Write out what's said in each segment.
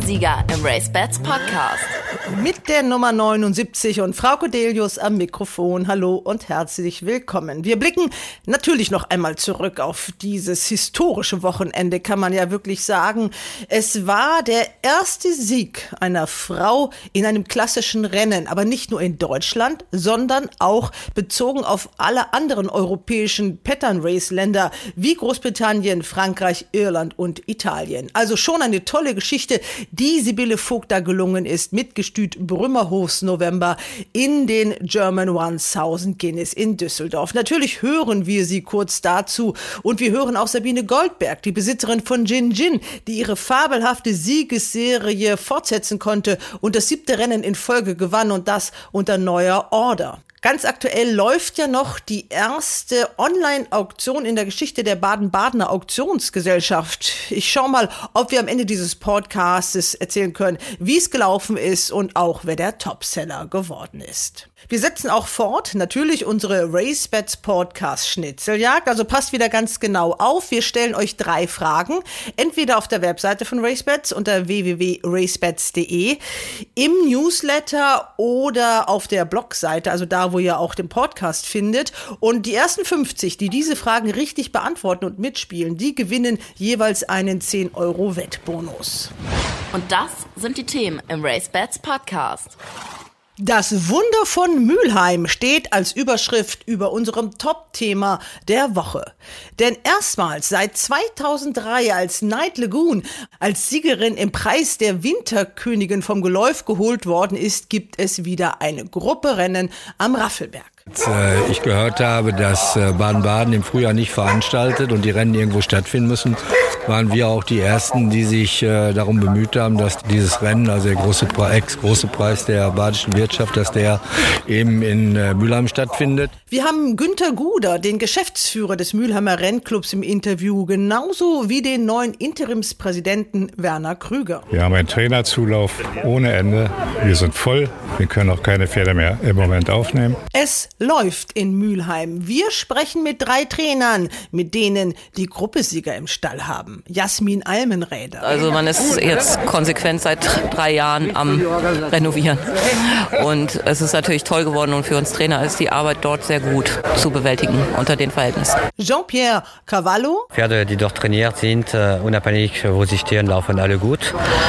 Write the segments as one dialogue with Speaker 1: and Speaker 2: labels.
Speaker 1: Gruppensieger im RaceBets Podcast.
Speaker 2: Mit der Nummer 79 und Frau Codelius am Mikrofon. Hallo und herzlich willkommen. Wir blicken natürlich noch einmal zurück auf dieses historische Wochenende, kann man ja wirklich sagen. Es war der erste Sieg einer Frau in einem klassischen Rennen, aber nicht nur in Deutschland, sondern auch bezogen auf alle anderen europäischen Pattern-Race-Länder wie Großbritannien, Frankreich, Irland und Italien. Also schon eine tolle Geschichte, die Sibylle Vogt da gelungen ist, mit Gestüt Brümmerhofs November in den German 1000 Guinness in Düsseldorf. Natürlich hören wir sie kurz dazu und wir hören auch Sabine Goldberg, die Besitzerin von Gin Gin, die ihre fabelhafte Siegesserie fortsetzen konnte und das 7. Rennen in Folge gewann und das unter neuer Order. Ganz aktuell läuft ja noch die erste Online-Auktion in der Geschichte der Baden-Badener Auktionsgesellschaft. Ich schaue mal, ob wir am Ende dieses Podcasts erzählen können, wie es gelaufen ist und auch wer der Topseller geworden ist. Wir setzen auch fort, natürlich unsere RaceBets Podcast Schnitzeljagd, also passt wieder ganz genau auf. Wir stellen euch 3 Fragen, entweder auf der Webseite von RaceBets unter www.racebets.de, im Newsletter oder auf der Blogseite, also da, wo ihr auch den Podcast findet. Und die ersten 50, die diese Fragen richtig beantworten und mitspielen, die gewinnen jeweils einen 10€ Wettbonus.
Speaker 1: Und das sind die Themen im RaceBets Podcast.
Speaker 2: Das Wunder von Mülheim steht als Überschrift über unserem Top-Thema der Woche. Denn erstmals seit 2003 als Night Lagoon als Siegerin im Preis der Winterkönigin vom Geläuf geholt worden ist, gibt es wieder eine Gruppe Rennen am Raffelberg.
Speaker 3: Als ich gehört habe, dass Baden-Baden im Frühjahr nicht veranstaltet und die Rennen irgendwo stattfinden müssen, waren wir auch die Ersten, die sich darum bemüht haben, dass dieses Rennen, also der große Preis der badischen Wirtschaft, dass der eben in Mülheim stattfindet.
Speaker 2: Wir haben Günter Guder, den Geschäftsführer des Mülheimer Rennclubs, im Interview, genauso wie den neuen Interimspräsidenten Werner Krüger.
Speaker 4: Wir haben einen Trainerzulauf ohne Ende. Wir sind voll. Wir können auch keine Pferde mehr im Moment aufnehmen.
Speaker 2: Es läuft in Mülheim. Wir sprechen mit 3 Trainern, mit denen die Gruppensieger im Stall haben. Jasmin Almenräder.
Speaker 5: Also man ist jetzt konsequent seit 3 Jahren am Renovieren. Und es ist natürlich toll geworden und für uns Trainer ist die Arbeit dort sehr gut zu bewältigen unter den Verhältnissen.
Speaker 2: Jean-Pierre Cavallo.
Speaker 6: Pferde, die dort trainiert sind, unabhängig wo sie stehen, laufen alle gut.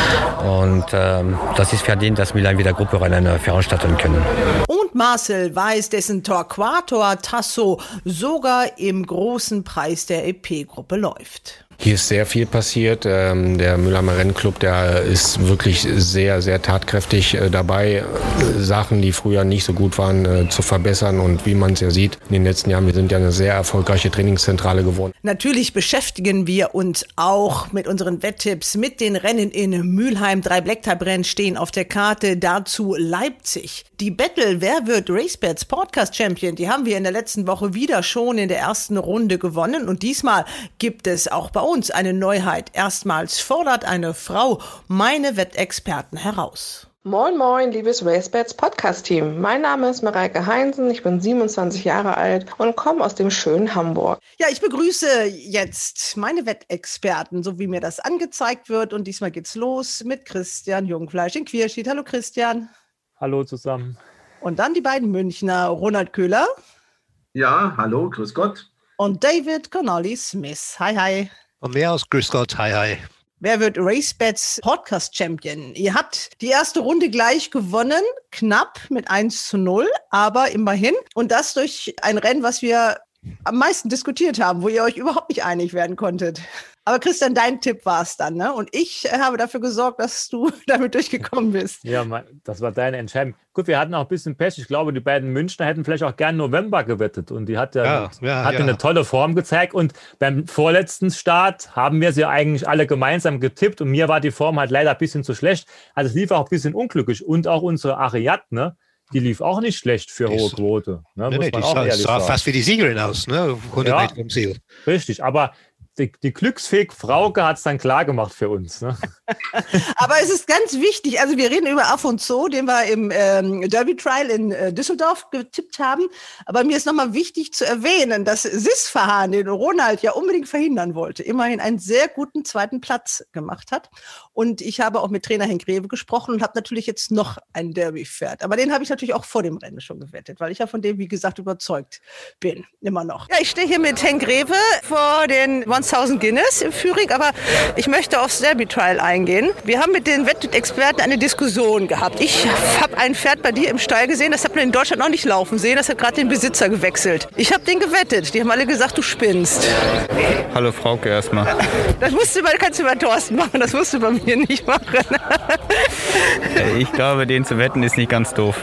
Speaker 6: Und das ist verdient, dass Mülheim wieder Grupperennen veranstalten können.
Speaker 2: Und Marcel Weiß, dessen Torquato Tasso sogar im großen Preis der EP-Gruppe läuft.
Speaker 7: Hier ist sehr viel passiert. Der Mülheimer Rennclub, der ist wirklich sehr, sehr tatkräftig dabei, Sachen, die früher nicht so gut waren, zu verbessern. Und wie man es ja sieht, in den letzten Jahren, wir sind ja eine sehr erfolgreiche Trainingszentrale geworden.
Speaker 2: Natürlich beschäftigen wir uns auch mit unseren Wetttipps, mit den Rennen in Mülheim. 3 Black-Type-Rennen stehen auf der Karte, dazu Leipzig. Die Battle, wer wird RaceBets Podcast Champion, die haben wir in der letzten Woche wieder schon in der ersten Runde gewonnen. Und diesmal gibt es auch bei uns eine Neuheit. Erstmals fordert eine Frau meine Wettexperten heraus.
Speaker 8: Moin moin, liebes RaceBets Podcast-Team. Mein Name ist Mareike Heinsen, ich bin 27 Jahre alt und komme aus dem schönen Hamburg.
Speaker 2: Ja, ich begrüße jetzt meine Wettexperten, so wie mir das angezeigt wird. Und diesmal geht's los mit Christian Jungfleisch in Quierschied. Hallo Christian.
Speaker 9: Hallo zusammen.
Speaker 2: Und dann die beiden Münchner, Ronald Köhler.
Speaker 10: Ja, hallo, grüß Gott.
Speaker 2: Und David Connolly Smith. Hi, hi.
Speaker 11: Von mir aus, grüß Gott, hi, hi.
Speaker 2: Wer wird RaceBets Podcast Champion? Ihr habt die erste Runde gleich gewonnen, knapp mit 1:0, aber immerhin. Und das durch ein Rennen, was wir am meisten diskutiert haben, wo ihr euch überhaupt nicht einig werden konntet. Aber Christian, dein Tipp war es dann, ne? Und ich habe dafür gesorgt, dass du damit durchgekommen bist.
Speaker 9: Ja, das war deine Entscheidung. Gut, wir hatten auch ein bisschen Pech. Ich glaube, die beiden Münchner hätten vielleicht auch gern November gewettet. Und die hat eine tolle Form gezeigt. Und beim vorletzten Start haben wir sie eigentlich alle gemeinsam getippt. Und mir war die Form halt leider ein bisschen zu schlecht. Also es lief auch ein bisschen unglücklich. Und auch unsere Ariadne, die lief auch nicht schlecht für hohe Quote. Ne,
Speaker 11: die sah fast wie die Siegerin aus, ne? 100 Meter vom Ziel.
Speaker 9: Richtig, aber die Glücksfee Frauke hat es dann klar gemacht für uns. Ne?
Speaker 2: Aber es ist ganz wichtig, also wir reden über Afonso, den wir im Derby Trial in Düsseldorf getippt haben. Aber mir ist nochmal wichtig zu erwähnen, dass Sisfahan, den Ronald ja unbedingt verhindern wollte, immerhin einen sehr guten zweiten Platz gemacht hat. Und ich habe auch mit Trainer Henk Rewe gesprochen und habe natürlich jetzt noch ein Derby-Pferd. Aber den habe ich natürlich auch vor dem Rennen schon gewettet, weil ich ja von dem, wie gesagt, überzeugt bin. Immer noch. Ja, ich stehe hier mit Henk Rewe vor den 1000 Guinness im Führing, aber ich möchte aufs Derby Trial eingehen. Wir haben mit den Wettexperten eine Diskussion gehabt. Ich habe ein Pferd bei dir im Stall gesehen, das hat man in Deutschland noch nicht laufen sehen. Das hat gerade den Besitzer gewechselt. Ich habe den gewettet. Die haben alle gesagt, du spinnst.
Speaker 12: Hallo Frauke erstmal.
Speaker 2: Das kannst du bei Thorsten machen, das musst du bei mir nicht machen.
Speaker 12: Ich glaube, den zu wetten ist nicht ganz doof.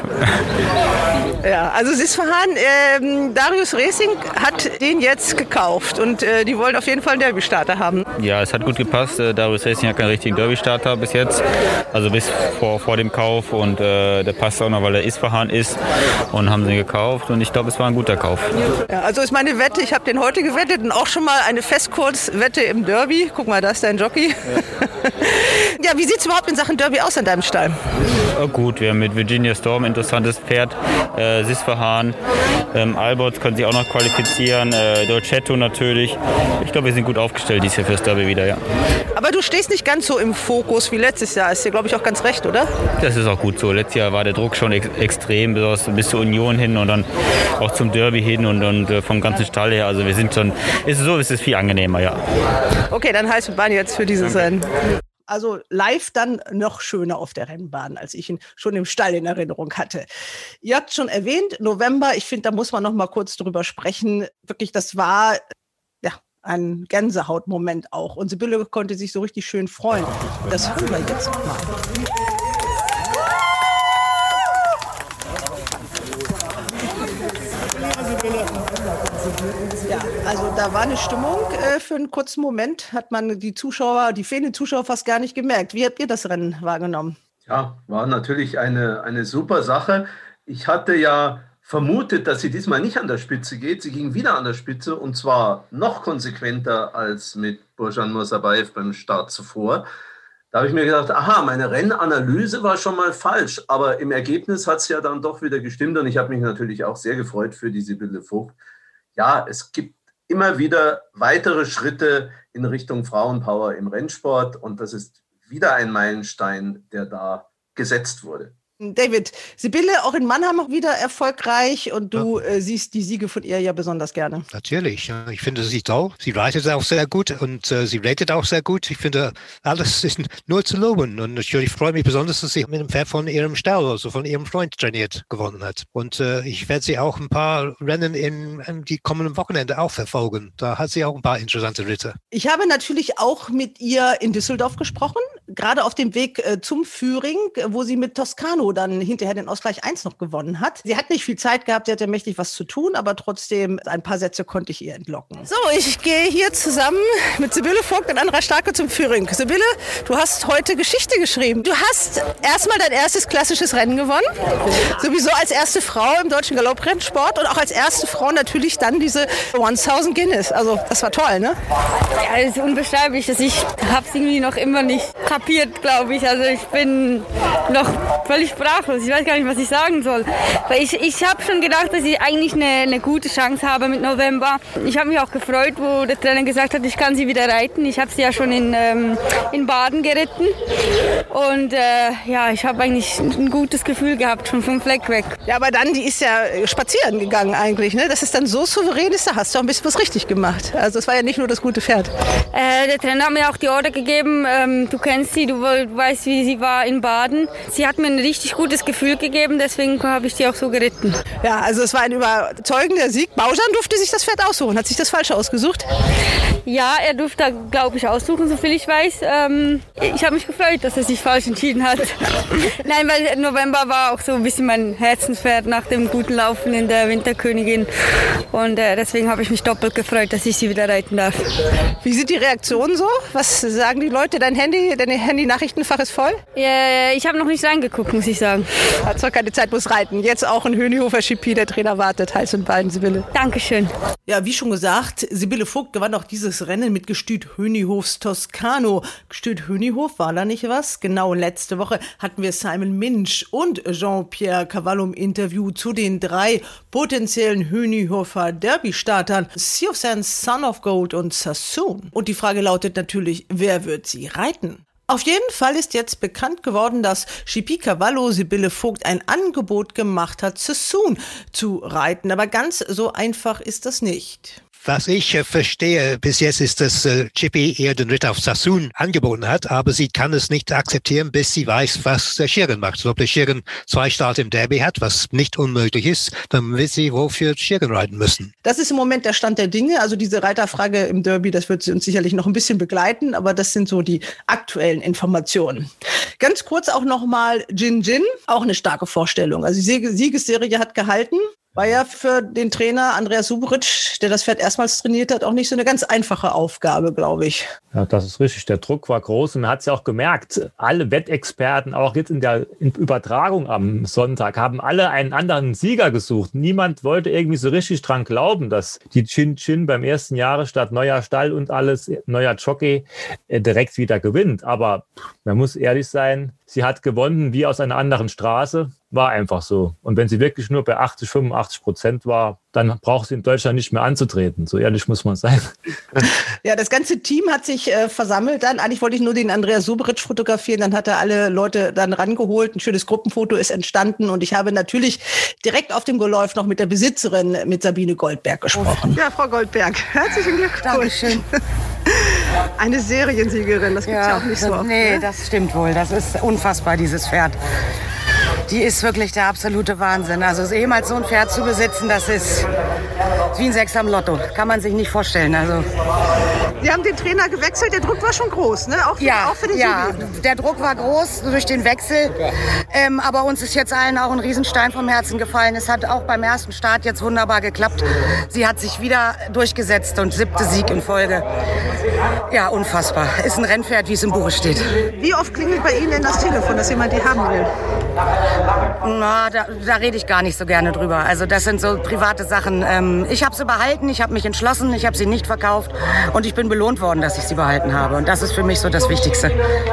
Speaker 2: Ja, also Sisfahan, Darius Racing hat den jetzt gekauft und die wollen auf jeden Fall einen Derby-Starter haben.
Speaker 12: Ja, es hat gut gepasst. Darius Racing hat keinen richtigen Derby-Starter bis jetzt, also bis vor dem Kauf, und der passt auch noch, weil er Isfahan ist, und haben sie gekauft, und ich glaube, es war ein guter Kauf.
Speaker 2: Ja, also ist meine Wette, ich habe den heute gewettet und auch schon mal eine Festkurzwette im Derby. Guck mal, da ist dein Jockey. Ja, wie sieht es überhaupt in Sachen Derby aus an deinem Stall?
Speaker 12: Oh, gut, wir haben mit Virginia Storm ein interessantes Pferd, Sisfahan, Albots können sich auch noch qualifizieren, Dolcetto natürlich. Ich glaube, wir sind gut aufgestellt dieses Jahr fürs Derby wieder, ja.
Speaker 2: Aber du stehst nicht ganz so im Fokus wie letztes Jahr. Ist dir, glaube ich, auch ganz recht, oder?
Speaker 12: Das ist auch gut so. Letztes Jahr war der Druck schon extrem, besonders bis zur Union hin und dann auch zum Derby hin und vom ganzen Stall her. Also wir sind schon, es ist viel angenehmer, ja.
Speaker 2: Okay, dann heißt wir waren jetzt für dieses Rennen. Also live dann noch schöner auf der Rennbahn, als ich ihn schon im Stall in Erinnerung hatte. Ihr habt schon erwähnt, November, ich finde, da muss man noch mal kurz drüber sprechen. Wirklich, das war ein Gänsehautmoment auch. Und Sibylle konnte sich so richtig schön freuen. Das hören wir jetzt noch mal. Ja, also da war eine Stimmung für einen kurzen Moment, hat man die fehlenden Zuschauer fast gar nicht gemerkt. Wie habt ihr das Rennen wahrgenommen?
Speaker 10: Ja, war natürlich eine super Sache. Ich hatte ja vermutet, dass sie diesmal nicht an der Spitze geht. Sie ging wieder an der Spitze, und zwar noch konsequenter als mit Burjan Mursabayev beim Start zuvor. Da habe ich mir gedacht, meine Rennanalyse war schon mal falsch, aber im Ergebnis hat es ja dann doch wieder gestimmt, und ich habe mich natürlich auch sehr gefreut für die Sibylle Vogt. Ja, es gibt immer wieder weitere Schritte in Richtung Frauenpower im Rennsport, und das ist wieder ein Meilenstein, der da gesetzt wurde.
Speaker 2: David, Sibylle auch in Mannheim auch wieder erfolgreich, und du siehst die Siege von ihr ja besonders gerne.
Speaker 11: Natürlich, ich finde sie toll. Sie reitet auch sehr gut und sie ratet auch sehr gut. Ich finde, alles ist nur zu loben, und natürlich freue ich mich besonders, dass sie mit dem Pferd von ihrem Stall, also von ihrem Freund trainiert, gewonnen hat. Und ich werde sie auch ein paar Rennen in die kommenden Wochenende auch verfolgen. Da hat sie auch ein paar interessante Ritte.
Speaker 2: Ich habe natürlich auch mit ihr in Düsseldorf gesprochen, gerade auf dem Weg zum Führing, wo sie mit Toscano dann hinterher den Ausgleich 1 noch gewonnen hat. Sie hat nicht viel Zeit gehabt, sie hatte mächtig was zu tun, aber trotzdem ein paar Sätze konnte ich ihr entlocken. So, ich gehe hier zusammen mit Sibylle Vogt und Andra Starke zum Führing. Sibylle, du hast heute Geschichte geschrieben. Du hast erstmal dein erstes klassisches Rennen gewonnen, sowieso als erste Frau im deutschen Galopprennsport, und auch als erste Frau natürlich dann diese 1000 Guinness. Also das war toll, ne?
Speaker 13: Ja, das ist unbeschreiblich. Ich habe es irgendwie noch immer nicht kapiert, glaube ich. Also ich bin noch völlig sprachlos. Ich weiß gar nicht, was ich sagen soll. Weil ich habe schon gedacht, dass ich eigentlich eine gute Chance habe mit November. Ich habe mich auch gefreut, wo der Trainer gesagt hat, ich kann sie wieder reiten. Ich habe sie ja schon in Baden geritten. Und ich habe eigentlich ein gutes Gefühl gehabt, schon vom Fleck weg.
Speaker 2: Ja, aber dann, die ist ja spazieren gegangen eigentlich, ne? Das ist dann so souverän ist, da hast du auch ein bisschen was richtig gemacht. Also es war ja nicht nur das gute Pferd.
Speaker 13: Der Trainer hat mir auch die Order gegeben, du kennst sie, du weißt, wie sie war in Baden. Sie hat mir ein richtig gutes Gefühl gegeben, deswegen habe ich die auch so geritten.
Speaker 2: Ja, also es war ein überzeugender Sieg. Baujan durfte sich das Pferd aussuchen. Hat sich das falsch ausgesucht?
Speaker 13: Ja, er durfte, glaube ich, aussuchen, soviel ich weiß. Ich habe mich gefreut, dass er sich falsch entschieden hat. Nein, weil November war auch so ein bisschen mein Herzenspferd nach dem guten Laufen in der Winterkönigin. Und deswegen habe ich mich doppelt gefreut, dass ich sie wieder reiten darf.
Speaker 2: Wie sind die Reaktionen so? Was sagen die Leute? Deine Handy-Nachrichtenfach ist voll?
Speaker 13: Ich habe noch nicht reingeguckt, muss ich sagen.
Speaker 2: Hat zwar keine Zeit, muss reiten. Jetzt auch ein Hönihofer GP, der Trainer wartet. Hals und Bein, Sibylle.
Speaker 13: Dankeschön.
Speaker 2: Ja, wie schon gesagt, Sibylle Vogt gewann auch dieses Rennen mit Gestüt Hönihofs Toscano. Gestüt Hönihof, war da nicht was? Genau, letzte Woche hatten wir Simon Minch und Jean-Pierre Cavallo im Interview zu den 3 potenziellen Hönihofer Derby-Startern Sea of Sands, Son of Gold und Sassoon. Und die Frage lautet natürlich, wer wird sie reiten? Auf jeden Fall ist jetzt bekannt geworden, dass GP Cavallo Sibylle Vogt ein Angebot gemacht hat, Sassoon zu reiten. Aber ganz so einfach ist das nicht.
Speaker 11: Was ich verstehe bis jetzt ist, dass GP eher den Ritt auf Sassoon angeboten hat, aber sie kann es nicht akzeptieren, bis sie weiß, was der Schirren macht. So, ob der Schirren 2 Starts im Derby hat, was nicht unmöglich ist, dann wird sie wohl für Schirren reiten müssen.
Speaker 2: Das ist im Moment der Stand der Dinge. Also diese Reiterfrage im Derby, das wird sie uns sicherlich noch ein bisschen begleiten, aber das sind so die aktuellen Informationen. Ganz kurz auch nochmal Jin, auch eine starke Vorstellung. Also die Siegesserie hat gehalten. War ja für den Trainer Andreas Suberitsch, der das Pferd erstmals trainiert hat, auch nicht so eine ganz einfache Aufgabe, glaube ich.
Speaker 9: Ja, das ist richtig. Der Druck war groß und man hat es ja auch gemerkt. Alle Wettexperten, auch jetzt in der Übertragung am Sonntag, haben alle einen anderen Sieger gesucht. Niemand wollte irgendwie so richtig dran glauben, dass die Chin beim ersten Jahresstart, neuer Stall und alles, neuer Jockey, direkt wieder gewinnt. Aber man muss ehrlich sein, sie hat gewonnen wie aus einer anderen Straße. War einfach so. Und wenn sie wirklich nur bei 80-85% war, dann braucht sie in Deutschland nicht mehr anzutreten. So ehrlich muss man sein.
Speaker 2: Ja, das ganze Team hat sich versammelt dann. Eigentlich wollte ich nur den Andreas Suberitsch fotografieren. Dann hat er alle Leute dann rangeholt. Ein schönes Gruppenfoto ist entstanden. Und ich habe natürlich direkt auf dem Geläuf noch mit der Besitzerin, mit Sabine Goldberg, gesprochen. Ja, Frau Goldberg, herzlichen Glückwunsch.
Speaker 14: Dankeschön.
Speaker 2: Eine Seriensiegerin, das gibt's ja auch nicht so oft.
Speaker 14: Nee, das stimmt wohl. Das ist unfassbar, dieses Pferd. Die ist wirklich der absolute Wahnsinn. Also jemals so ein Pferd zu besitzen, das ist wie ein Sechser am Lotto. Kann man sich nicht vorstellen. Also
Speaker 2: Sie haben den Trainer gewechselt, der Druck war schon groß, ne? Auch für den Sieg.
Speaker 14: Der Druck war groß durch den Wechsel. Aber uns ist jetzt allen auch ein Riesenstein vom Herzen gefallen. Es hat auch beim ersten Start jetzt wunderbar geklappt. Sie hat sich wieder durchgesetzt und 7. Sieg in Folge. Ja, unfassbar. Ist ein Rennpferd, wie es im Buche steht.
Speaker 2: Wie oft klingelt bei Ihnen denn das Telefon, dass jemand die haben will?
Speaker 14: Na, da rede ich gar nicht so gerne drüber. Also das sind so private Sachen. Ich habe sie behalten, ich habe mich entschlossen, ich habe sie nicht verkauft und ich bin belohnt worden, dass ich sie behalten habe. Und das ist für mich so das Wichtigste.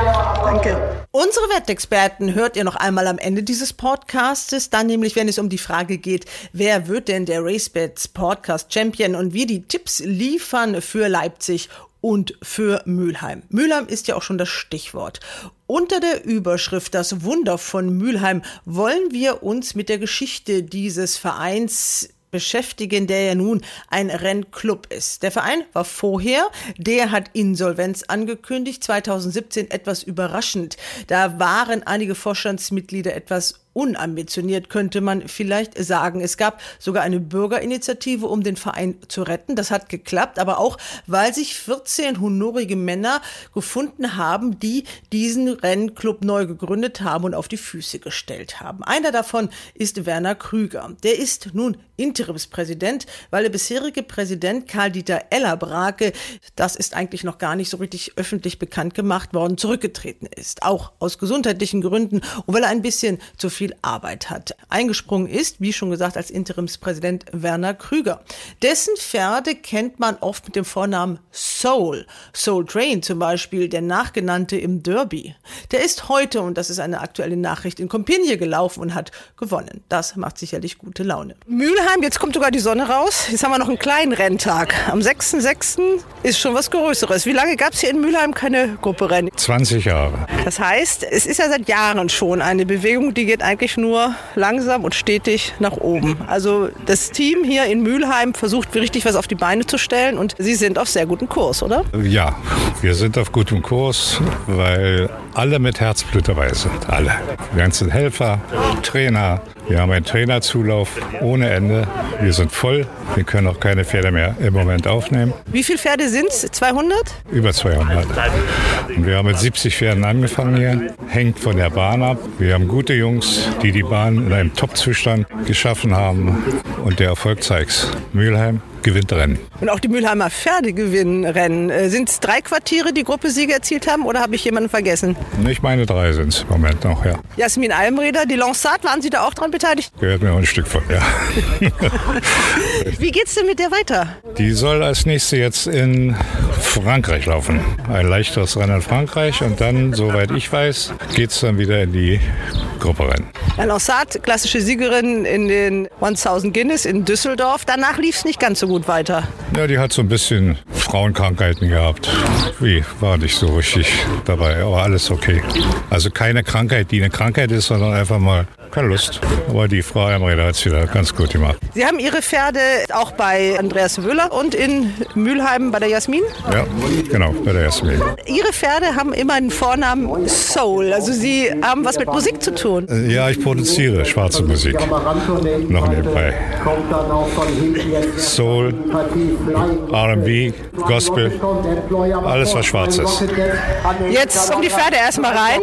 Speaker 2: Danke. Unsere Wettexperten hört ihr noch einmal am Ende dieses Podcastes, dann nämlich, wenn es um die Frage geht, wer wird denn der RaceBets Podcast Champion und wir die Tipps liefern für Leipzig und für Mülheim. Mülheim ist ja auch schon das Stichwort. Unter der Überschrift Das Wunder von Mülheim wollen wir uns mit der Geschichte dieses Vereins beschäftigen, der ja nun ein Rennclub ist. Der Verein war vorher, der hat Insolvenz angekündigt, 2017 etwas überraschend. Da waren einige Vorstandsmitglieder etwas unambitioniert, könnte man vielleicht sagen. Es gab sogar eine Bürgerinitiative, um den Verein zu retten. Das hat geklappt, aber auch, weil sich 14 honorige Männer gefunden haben, die diesen Rennclub neu gegründet haben und auf die Füße gestellt haben. Einer davon ist Werner Krüger. Der ist nun Interimspräsident, weil der bisherige Präsident Karl-Dieter Ellerbrake, das ist eigentlich noch gar nicht so richtig öffentlich bekannt gemacht worden, zurückgetreten ist. Auch aus gesundheitlichen Gründen und weil er ein bisschen zu viel Arbeit hat. Eingesprungen ist, wie schon gesagt, als Interimspräsident Werner Krüger. Dessen Pferde kennt man oft mit dem Vornamen Soul. Soul Train zum Beispiel, der nachgenannte im Derby. Der ist heute, und das ist eine aktuelle Nachricht, in Compiègne gelaufen und hat gewonnen. Das macht sicherlich gute Laune. Mülheim, jetzt kommt sogar die Sonne raus. Jetzt haben wir noch einen kleinen Renntag. Am 6.6. ist schon was Größeres. Wie lange gab es hier in Mülheim keine Grupperennen?
Speaker 4: 20 Jahre.
Speaker 2: Das heißt, es ist ja seit Jahren schon eine Bewegung, die geht eigentlich nur langsam und stetig nach oben. Also das Team hier in Mülheim versucht richtig was auf die Beine zu stellen und Sie sind auf sehr gutem Kurs, oder?
Speaker 4: Ja, wir sind auf gutem Kurs, weil alle mit Herzblut dabei sind. Alle. Die ganzen Helfer, Trainer. Wir haben einen Trainerzulauf ohne Ende. Wir sind voll. Wir können auch keine Pferde mehr im Moment aufnehmen.
Speaker 2: Wie viele Pferde sind es? 200?
Speaker 4: Über 200. Und wir haben mit 70 Pferden angefangen hier. Hängt von der Bahn ab. Wir haben gute Jungs, die die Bahn in einem Top-Zustand geschaffen haben. Und der Erfolg zeigt's. Mülheim gewinnt Rennen.
Speaker 2: Und auch die Mülheimer Pferde gewinnen Rennen. Sind es 3 Quartiere, die Gruppe Siege erzielt haben, oder habe ich jemanden vergessen?
Speaker 4: Ich meine 3 sind es im Moment noch, ja.
Speaker 2: Jasmin Almreder, die Lansat, waren Sie da auch dran beteiligt?
Speaker 4: Gehört mir auch ein Stück von, ja.
Speaker 2: Wie geht's denn mit der weiter?
Speaker 4: Die soll als nächste jetzt in Frankreich laufen. Ein leichteres Rennen in Frankreich und dann, soweit ich weiß, geht es dann wieder in die Gruppe rein.
Speaker 2: Lansat, klassische Siegerin in den 1000 Guinness in Düsseldorf. Danach lief es nicht ganz so gut weiter.
Speaker 4: Ja, die hat so ein bisschen Frauenkrankheiten gehabt. War nicht so richtig dabei, aber alles okay. Also keine Krankheit, die eine Krankheit ist, sondern einfach mal keine Lust. Aber die Frau Almreder hat es wieder ganz gut gemacht.
Speaker 2: Sie haben Ihre Pferde auch bei Andreas Wöhler und in Mülheim bei der Jasmin?
Speaker 4: Ja, genau, bei der Jasmin.
Speaker 2: Ihre Pferde haben immer einen Vornamen Soul. Also Sie haben was mit Musik zu tun.
Speaker 4: Ja, ich produziere schwarze Musik. Noch nebenbei. Soul, R&B, Gospel, alles was schwarz ist.
Speaker 2: Jetzt kommen die Pferde erstmal rein.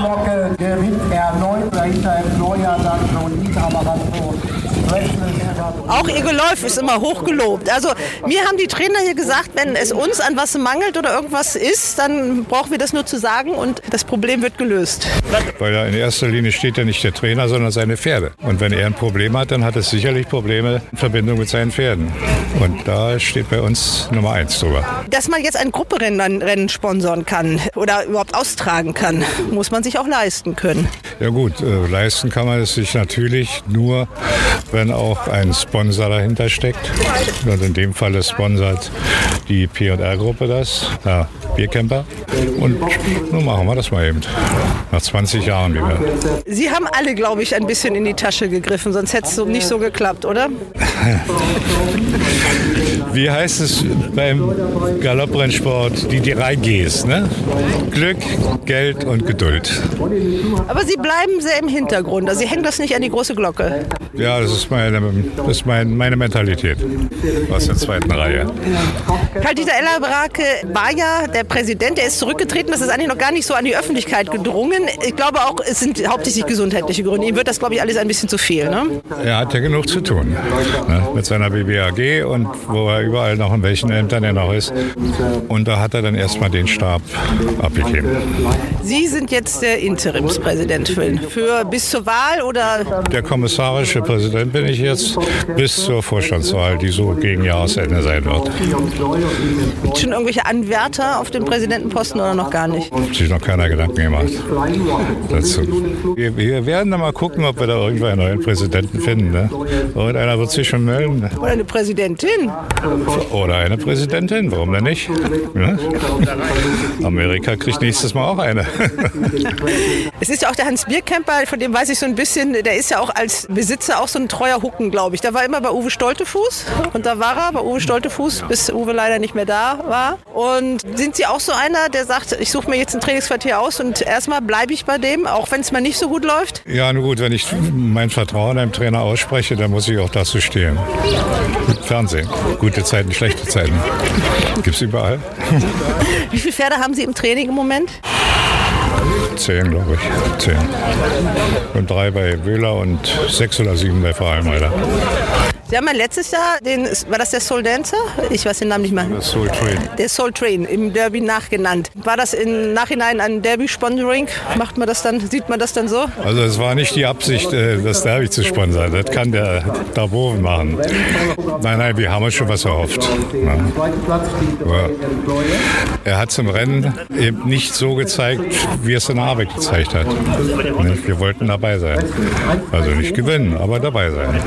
Speaker 2: Auch ihr Geläuf ist immer hochgelobt. Also mir haben die Trainer hier gesagt, wenn es uns an was mangelt oder irgendwas ist, dann brauchen wir das nur zu sagen und das Problem wird gelöst.
Speaker 4: Weil da in erster Linie steht ja nicht der Trainer, sondern seine Pferde. Und wenn er ein Problem hat, dann hat es sicherlich Probleme in Verbindung mit seinen Pferden. Und da steht bei uns Nummer 1 drüber.
Speaker 2: Dass man jetzt ein Grupperennen sponsern kann oder überhaupt austragen kann, muss man sich auch leisten können.
Speaker 4: Ja gut, leisten kann man es sich natürlich nur, wenn auch ein Sponsor dahinter steckt. Und in dem Fall sponsert die P&R-Gruppe das, ja, Biercamper. Und nun machen wir das mal eben. Nach 20 Jahren wieder.
Speaker 2: Sie haben alle, glaube ich, ein bisschen in die Tasche gegriffen, sonst hätte es nicht so geklappt, oder?
Speaker 4: Wie heißt es beim Galopprennsport? Die 3 Gs, ne? Glück, Geld und Geduld.
Speaker 2: Aber Sie bleiben sehr im Hintergrund, also Sie hängen das nicht an die große Glocke.
Speaker 4: Ja, das ist meine Mentalität aus der zweiten Reihe.
Speaker 2: Karl-Dieter Ellerbrake war ja der Präsident, der ist zurückgetreten, das ist eigentlich noch gar nicht so an die Öffentlichkeit gedrungen. Ich glaube auch, es sind hauptsächlich gesundheitliche Gründe. Ihm wird das, glaube ich, alles ein bisschen zu viel, ne?
Speaker 4: Er hat ja genug zu tun, ne? Mit seiner BBAG und wo er überall noch in welchen Ämtern er noch ist. Und da hat er dann erstmal den Stab abgegeben.
Speaker 2: Sie sind jetzt der Interimspräsident für bis zur Wahl oder?
Speaker 4: Der kommissarische Präsident bin ich jetzt bis zur Vorstandswahl, die so gegen Jahresende sein wird.
Speaker 2: Gibt es schon irgendwelche Anwärter auf den Präsidentenposten oder noch gar nicht?
Speaker 4: Hat sich noch keiner Gedanken gemacht dazu. Wir werden dann mal gucken, ob wir da irgendwann einen neuen Präsidenten finden. Ne? Irgendeiner wird sich schon melden.
Speaker 2: Oder eine Präsidentin.
Speaker 4: Oder eine Präsidentin, warum denn nicht? Ja? Amerika kriegt nächstes Mal auch eine.
Speaker 2: Es ist ja auch der Hans Bierkemper, von dem weiß ich so ein bisschen, der ist ja auch als Besitzer auch so ein treuer Hucken, glaube ich. Der war immer bei Uwe Stoltefuß und da war er bei Uwe Stoltefuß, bis Uwe leider nicht mehr da war. Und sind Sie auch so einer, der sagt, ich suche mir jetzt ein Trainingsquartier aus und erstmal bleibe ich bei dem, auch wenn es mal nicht so gut läuft?
Speaker 4: Ja, nun gut, wenn ich mein Vertrauen einem Trainer ausspreche, dann muss ich auch dazu stehen. Fernsehen. Gute Zeiten, schlechte Zeiten. Gibt's überall.
Speaker 2: Wie viele Pferde haben Sie im Training im Moment?
Speaker 4: 10, glaube ich. 10. Und 3 bei Wöhler und 6 oder 7 bei Frau Almreder.
Speaker 2: Sie haben ja letztes Jahr, war das der Soul Dancer? Ich weiß den Namen nicht mehr.
Speaker 4: Der Soul Train.
Speaker 2: Der Soul Train im Derby nachgenannt. War das im Nachhinein ein Derby-Sponsoring? Macht man das dann, sieht man das dann so?
Speaker 4: Also es war nicht die Absicht, das Derby zu sponsern. Das kann der Darboven machen. Nein, wir haben uns schon was erhofft. Ja. Aber er hat es im Rennen eben nicht so gezeigt, wie es in der Arbeit gezeigt hat. Wir wollten dabei sein. Also nicht gewinnen, aber dabei sein.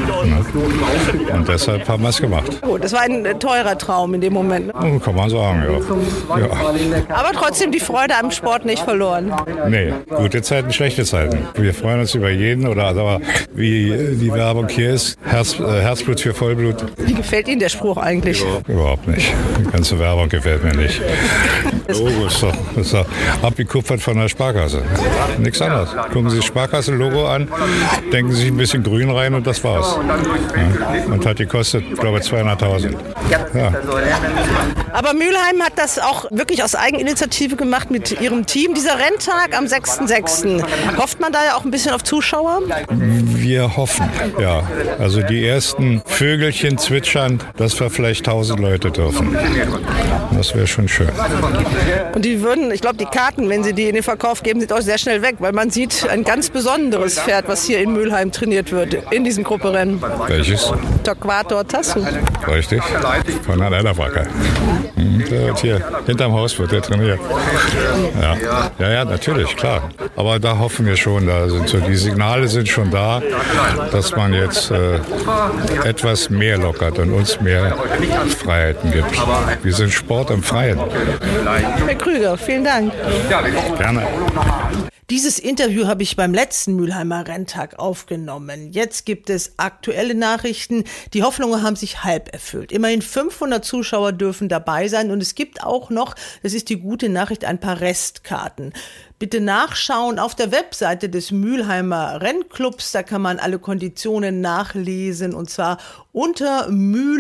Speaker 4: Und deshalb haben wir es gemacht.
Speaker 2: Gut, das war ein teurer Traum in dem Moment. Ne?
Speaker 4: Kann man sagen, ja.
Speaker 2: Aber trotzdem die Freude am Sport nicht verloren.
Speaker 4: Nee, gute Zeiten, schlechte Zeiten. Wir freuen uns über jeden, aber wie die Werbung hier ist, Herzblut für Vollblut.
Speaker 2: Wie gefällt Ihnen der Spruch eigentlich?
Speaker 4: Überhaupt nicht. Die ganze Werbung gefällt mir nicht. Logo ist doch abgekupfert von der Sparkasse. Nichts anderes. Gucken Sie das Sparkassen-Logo an, denken Sie sich ein bisschen Grün rein und das war's. Ja. Und hat gekostet, ich glaube, 200.000. Ja.
Speaker 2: Aber Mülheim hat das auch wirklich aus Eigeninitiative gemacht mit ihrem Team. Dieser Renntag am 6.6. Hofft man da ja auch ein bisschen auf Zuschauer?
Speaker 4: Wir hoffen, ja. Also die ersten Vögelchen zwitschern, dass wir vielleicht 1000 Leute dürfen. Das wäre schon schön.
Speaker 2: Und die würden, ich glaube, die Karten, wenn sie die in den Verkauf geben, sind auch sehr schnell weg, weil man sieht ein ganz besonderes Pferd, was hier in Mülheim trainiert wird, in diesem Grupperennen.
Speaker 4: Welches?
Speaker 2: Torquato Tasso.
Speaker 4: Richtig. Von der Lederwacker. Der wird hier hinterm Haus wird der trainiert. Ja, natürlich, klar. Aber da hoffen wir schon, da sind so die Signale sind schon da, dass man jetzt etwas mehr lockert und uns mehr Freiheiten gibt. Wir sind Sport im Freien.
Speaker 2: Herr Krüger, vielen Dank.
Speaker 4: Gerne.
Speaker 2: Dieses Interview habe ich beim letzten Mülheimer Renntag aufgenommen. Jetzt gibt es aktuelle Nachrichten. Die Hoffnungen haben sich halb erfüllt. Immerhin 500 Zuschauer dürfen dabei sein und es gibt auch noch, das ist die gute Nachricht, ein paar Restkarten. Bitte nachschauen auf der Webseite des Mülheimer Rennclubs. Da kann man alle Konditionen nachlesen und zwar unter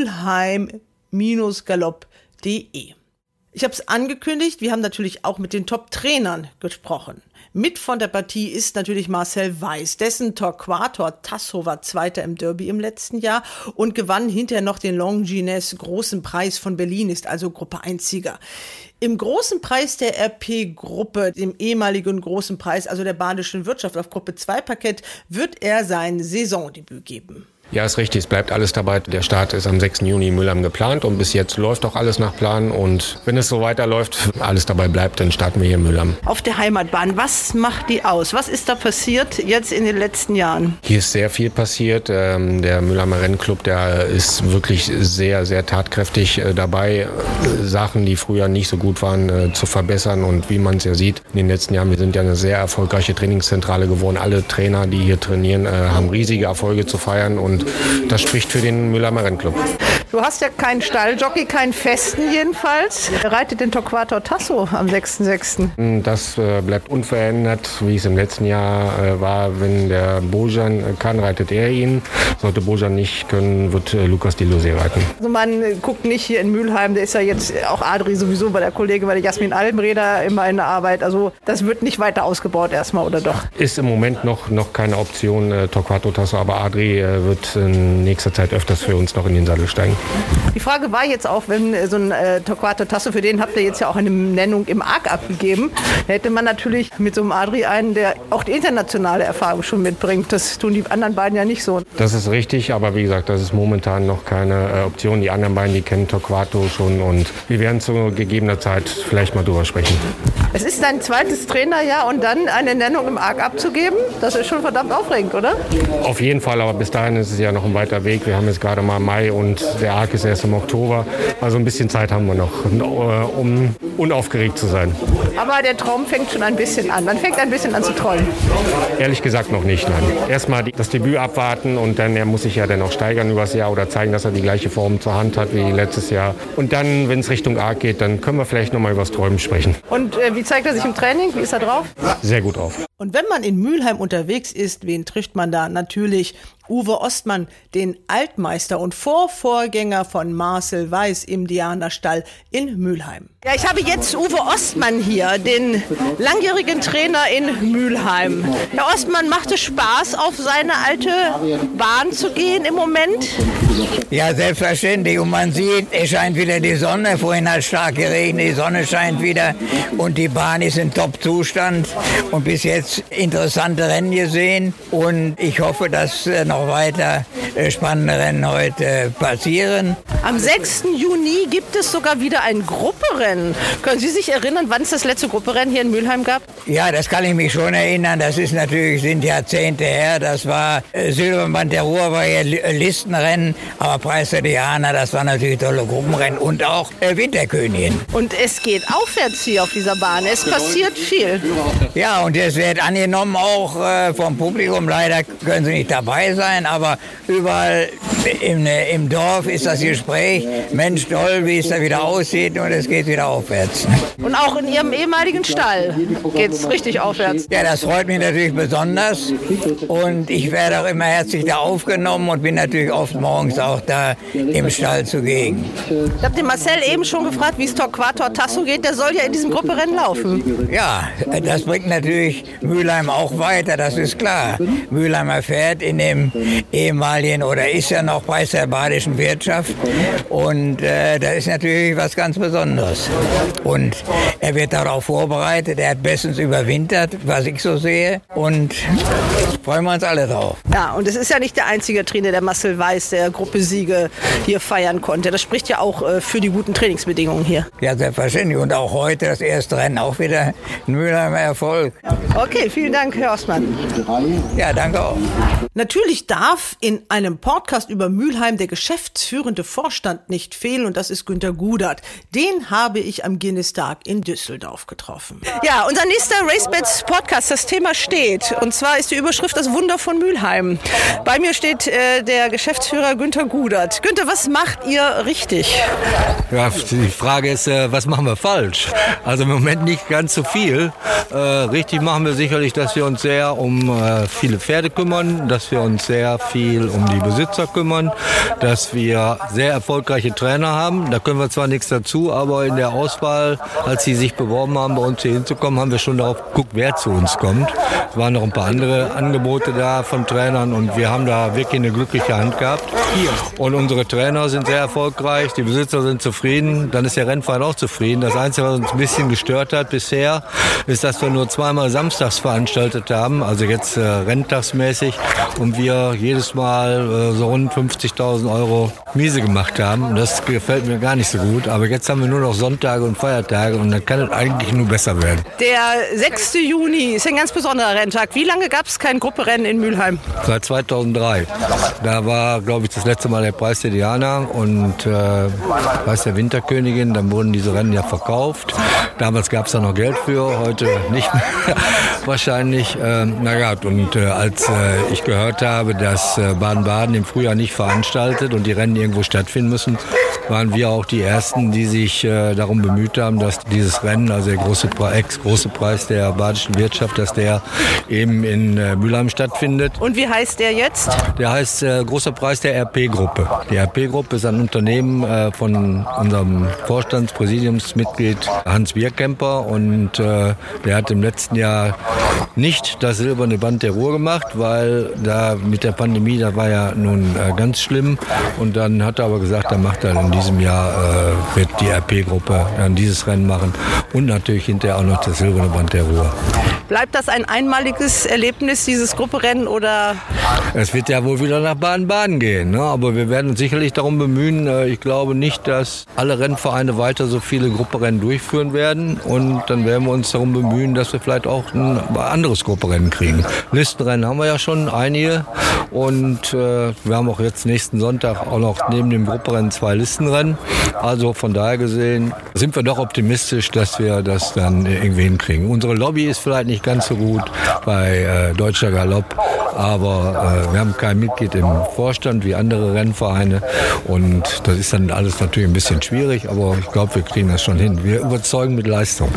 Speaker 2: mülheim-galopp.de. Ich habe es angekündigt, wir haben natürlich auch mit den Top-Trainern gesprochen. Mit von der Partie ist natürlich Marcel Weiß, dessen Torquato Tasso war Zweiter im Derby im letzten Jahr und gewann hinterher noch den Longines Großen Preis von Berlin, ist also Gruppe 1-Sieger. Im Großen Preis der RP-Gruppe, dem ehemaligen Großen Preis, also der Badischen Wirtschaft auf Gruppe 2-Parkett, wird er sein Saisondebüt geben.
Speaker 7: Ja, ist richtig. Es bleibt alles dabei. Der Start ist am 6. Juni in Mülheim geplant und bis jetzt läuft auch alles nach Plan. Und wenn es so weiterläuft, alles dabei bleibt, dann starten wir hier in Mülheim.
Speaker 2: Auf der Heimatbahn, was macht die aus? Was ist da passiert jetzt in den letzten Jahren?
Speaker 7: Hier ist sehr viel passiert. Der Mülheimer Rennclub, der ist wirklich sehr, sehr tatkräftig dabei, Sachen, die früher nicht so gut waren, zu verbessern. Und wie man es ja sieht, in den letzten Jahren, wir sind ja eine sehr erfolgreiche Trainingszentrale geworden. Alle Trainer, die hier trainieren, haben riesige Erfolge zu feiern und das spricht für den Mülheimer Rennclub.
Speaker 2: Du hast ja keinen Stalljockey, keinen festen jedenfalls. Wer reitet den Torquato Tasso am 6.6.?
Speaker 7: Das bleibt unverändert, wie es im letzten Jahr war. Wenn der Bojan kann, reitet er ihn. Sollte Bojan nicht können, wird Lukas Di Losé reiten.
Speaker 2: Also man guckt nicht hier in Mülheim, da ist ja jetzt auch Adri sowieso bei der Kollegin, bei der Jasmin Almreder immer in der Arbeit. Also das wird nicht weiter ausgebaut erstmal, oder doch?
Speaker 7: Ist im Moment noch keine Option, Torquato Tasso, aber Adri wird in nächster Zeit öfters für uns noch in den Sattel steigen.
Speaker 2: Die Frage war jetzt auch, wenn so ein Torquato Tasso, für den habt ihr jetzt ja auch eine Nennung im Arc abgegeben, da hätte man natürlich mit so einem Adri einen, der auch die internationale Erfahrung schon mitbringt. Das tun die anderen beiden ja nicht so.
Speaker 7: Das ist richtig, aber wie gesagt, das ist momentan noch keine Option. Die anderen beiden, die kennen Torquato schon und wir werden zu gegebener Zeit vielleicht mal drüber sprechen.
Speaker 2: Es ist dein zweites Trainerjahr und dann eine Nennung im Arc abzugeben, das ist schon verdammt aufregend, oder?
Speaker 7: Auf jeden Fall, aber bis dahin ist es ja noch ein weiter Weg. Wir haben jetzt gerade mal Mai und der Arc ist erst im Oktober. Also ein bisschen Zeit haben wir noch, um unaufgeregt zu sein.
Speaker 2: Aber der Traum fängt schon ein bisschen an. Man fängt ein bisschen an zu träumen.
Speaker 7: Ehrlich gesagt noch nicht, nein. Erstmal das Debüt abwarten und dann, er muss sich ja dann auch steigern übers Jahr oder zeigen, dass er die gleiche Form zur Hand hat wie letztes Jahr. Und dann, wenn es Richtung Arc geht, dann können wir vielleicht noch mal über das Träumen sprechen.
Speaker 2: Und wie zeigt er sich im Training? Wie ist er drauf?
Speaker 7: Sehr gut drauf.
Speaker 2: Und wenn man in Mülheim unterwegs ist, wen trifft man da? Natürlich Uwe Ostmann, den Altmeister und Vorvorgänger von Marcel Weiß im Diana-Stall in Mülheim. Ja, ich habe jetzt Uwe Ostmann hier, den langjährigen Trainer in Mülheim. Herr Ostmann, macht es Spaß, auf seine alte Bahn zu gehen im Moment?
Speaker 15: Ja, selbstverständlich. Und man sieht, es scheint wieder die Sonne. Vorhin hat es stark geregnet, die Sonne scheint wieder und die Bahn ist in Top-Zustand. Und bis jetzt interessante Rennen gesehen. Und ich hoffe, dass noch weiter spannende Rennen heute passieren.
Speaker 2: Am 6. Juni gibt es sogar wieder ein Grupperennen. Können Sie sich erinnern, wann es das letzte Grupperennen hier in Mülheim gab?
Speaker 15: Ja, das kann ich mich schon erinnern. Das ist natürlich, sind Jahrzehnte her. Das war Silberband der Ruhr, war ja Listenrennen. Aber Preis der Diana, das war natürlich tolle Gruppenrennen und auch Winterkönigin.
Speaker 2: Und es geht aufwärts hier auf dieser Bahn. Es passiert viel.
Speaker 15: Ja, und es wird angenommen auch vom Publikum. Leider können Sie nicht dabei sein, aber überall im Dorf ist das Gespräch, Mensch toll, wie es da wieder aussieht und es geht wieder aufwärts.
Speaker 2: Und auch in Ihrem ehemaligen Stall geht es richtig aufwärts.
Speaker 15: Ja, das freut mich natürlich besonders und ich werde auch immer herzlich da aufgenommen und bin natürlich oft morgens auch da im Stall zugegen.
Speaker 2: Ich habe den Marcel eben schon gefragt, wie es Torquator Tasso geht. Der soll ja in diesem Grupperennen laufen.
Speaker 15: Ja, das bringt natürlich Mülheim auch weiter, das ist klar. Mülheimer fährt in dem ehemaligen oder ist ja noch Preis der badischen Wirtschaft und das ist natürlich was ganz Besonderes. Und er wird darauf vorbereitet, er hat bestens überwintert, was ich so sehe und freuen wir uns alle drauf.
Speaker 2: Ja, und es ist ja nicht der einzige Trainer, der Marcel Weiß, der Gruppesiege hier feiern konnte. Das spricht ja auch für die guten Trainingsbedingungen hier.
Speaker 15: Ja, selbstverständlich. Und auch heute das erste Rennen auch wieder ein Mülheimer Erfolg.
Speaker 2: Okay, vielen Dank, Herr Ostmann.
Speaker 15: Ja, danke auch.
Speaker 2: Natürlich darf in einem Podcast über Mülheim der geschäftsführende Vorstand nicht fehlen und das ist Günter Gudert. Den habe ich am Guinness-Tag in Düsseldorf getroffen. Ja, unser nächster RaceBets Podcast, das Thema steht und zwar ist die Überschrift Das Wunder von Mülheim. Bei mir steht der Geschäftsführer Günter Gudert. Günter, was macht ihr richtig?
Speaker 3: Ja, die Frage ist, was machen wir falsch? Also im Moment nicht ganz so viel. Richtig machen wir sicherlich, dass wir uns sehr um viele Pferde kümmern, dass wir uns sehr viel um die Besitzer kümmern, dass wir sehr erfolgreiche Trainer haben. Da können wir zwar nichts dazu, aber in der Auswahl, als sie sich beworben haben, bei uns hier hinzukommen, haben wir schon darauf geguckt, wer zu uns kommt. Es waren noch ein paar andere Angebote da von Trainern und wir haben da wirklich eine glückliche Hand gehabt. Und unsere Trainer sind sehr erfolgreich, die Besitzer sind zufrieden, dann ist der Rennverein auch zufrieden. Das Einzige, was uns ein bisschen gestört hat bisher, ist, dass wir nur zweimal samstags veranstaltet haben, also jetzt renntagsmäßig und wir jedes Mal so rund 50.000 Euro Miese gemacht haben. Und das gefällt mir gar nicht so gut, aber jetzt haben wir nur noch Sonntage und Feiertage und dann kann es eigentlich nur besser werden.
Speaker 2: Der 6. Juni ist ein ganz besonderer Renntag. Wie lange gab es kein Grupperennen in Mülheim?
Speaker 3: Seit 2003. Da war, glaube ich, das letzte Mal der Preis der Diana und Preis der Winterkönigin. Dann wurden diese Rennen ja verkauft. Damals gab es da noch Geld für, heute nicht mehr wahrscheinlich. Und als ich gehört habe, dass Baden-Baden im Frühjahr nicht veranstaltet und die Rennen irgendwo stattfinden müssen, waren wir auch die Ersten, die sich darum bemüht haben, dass dieses Rennen, also der große Preis der badischen Wirtschaft, dass der eben in Mülheim stattfindet.
Speaker 2: Und wie heißt der jetzt?
Speaker 3: Der heißt Großer Preis der RP-Gruppe. Die RP-Gruppe ist ein Unternehmen von unserem Vorstandspräsidiumsmitglied Hans Bierkemper und der hat im letzten Jahr nicht das silberne Band der Ruhr gemacht, weil da mit der Pandemie, da war ja nun ganz schlimm und dann hat er aber gesagt, er macht dann in diesem Jahr, wird die RP-Gruppe dann dieses Rennen machen und natürlich hinterher auch noch das silberne Band der Ruhr.
Speaker 2: Bleibt das ein einmaliges Erlebnis, dieses Grupperennen, oder?
Speaker 3: Es wird ja wohl wieder nach Baden-Baden gehen, ne? Aber wir werden uns sicherlich darum bemühen. Ich glaube nicht, dass alle Rennvereine weiter so viele Grupperennen durchführen werden und dann werden wir uns darum bemühen, dass wir vielleicht auch ein anderes Grupperennen kriegen. Listenrennen haben wir ja schon einige und wir haben auch jetzt nächsten Sonntag auch noch neben dem Grupperennen 2 Listenrennen. Also von daher gesehen sind wir doch optimistisch, dass wir das dann irgendwie hinkriegen. Unsere Lobby ist vielleicht nicht ganz so gut bei Deutscher Galopp, aber wir haben kein Mitglied im Vorstand wie andere Rennvereine und das ist dann alles natürlich ein bisschen schwierig, aber ich glaube, wir kriegen das schon hin. Wir überzeugen mit Leistung.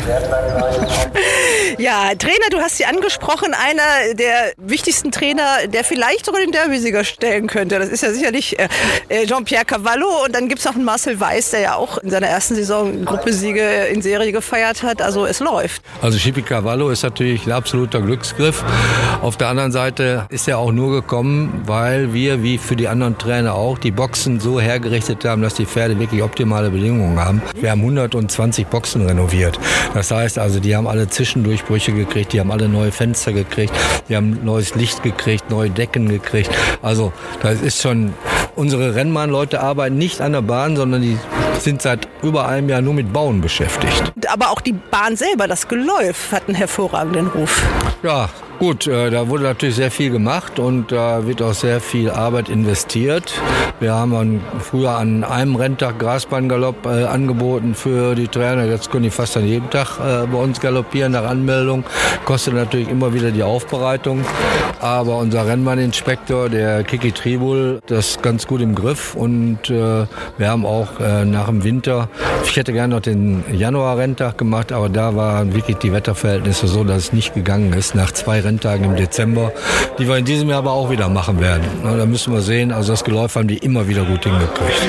Speaker 2: Ja, Trainer, du hast sie angesprochen, einer der wichtigsten Trainer, der vielleicht sogar den Derby-Sieger stellen könnte. Das ist ja sicherlich Jean-Pierre Cavallo und dann gibt es noch einen Marcel Weiß, der ja auch in seiner ersten Saison Gruppesiege in Serie gefeiert hat. Also es läuft.
Speaker 3: Also Chippy Cavallo ist natürlich ein absoluter Glücksgriff. Auf der anderen Seite ist er auch nur gekommen, weil wir, wie für die anderen Trainer auch, die Boxen so hergerichtet haben, dass die Pferde wirklich optimale Bedingungen haben. Wir haben 120 Boxen renoviert. Das heißt also, die haben alle Zwischendurchbrüche gekriegt, die haben alle neue Fenster gekriegt, die haben neues Licht gekriegt, neue Decken gekriegt. Also das ist schon, unsere Rennbahnleute arbeiten nicht an der Bahn, sondern die sind seit über einem Jahr nur mit Bauen beschäftigt.
Speaker 2: Aber auch die Bahn selber, das Geläuf, hat einen hervorragenden Ruf.
Speaker 3: Ja, Gut, da wurde natürlich sehr viel gemacht und da wird auch sehr viel Arbeit investiert. Wir haben früher an einem Renntag Grasbahngalopp angeboten für die Trainer. Jetzt können die fast an jedem Tag bei uns galoppieren nach Anmeldung. Kostet natürlich immer wieder die Aufbereitung. Aber unser Rennbahninspektor, der Kiki Tribul, das ganz gut im Griff. Und wir haben auch nach dem Winter, ich hätte gerne noch den Januar-Renntag gemacht, aber da waren wirklich die Wetterverhältnisse so, dass es nicht gegangen ist. Nach 2 Renntagen im Dezember, die wir in diesem Jahr aber auch wieder machen werden. Da müssen wir sehen, also das Geläuf haben die immer wieder gut hingekriegt.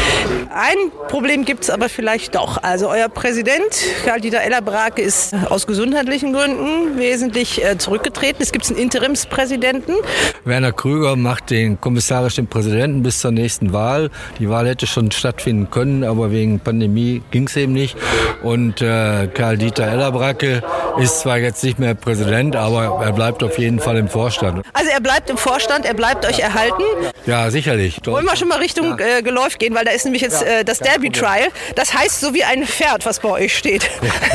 Speaker 2: Ein Problem gibt es aber vielleicht doch. Also euer Präsident, Karl-Dieter Ellerbrake, ist aus gesundheitlichen Gründen wesentlich zurückgetreten. Es gibt einen Interimspräsidenten.
Speaker 3: Werner Krüger macht den kommissarischen Präsidenten bis zur nächsten Wahl. Die Wahl hätte schon stattfinden können, aber wegen Pandemie ging es eben nicht. Und Karl-Dieter Ellerbrake ist zwar jetzt nicht mehr Präsident, aber er bleibt auf jeden Fall im Vorstand.
Speaker 2: Also er bleibt im Vorstand, er bleibt euch erhalten?
Speaker 3: Ja, sicherlich.
Speaker 2: Wollen wir schon mal Richtung Geläuf gehen, weil da ist nämlich jetzt das Derby Trial. Das heißt so wie ein Pferd, was bei euch steht.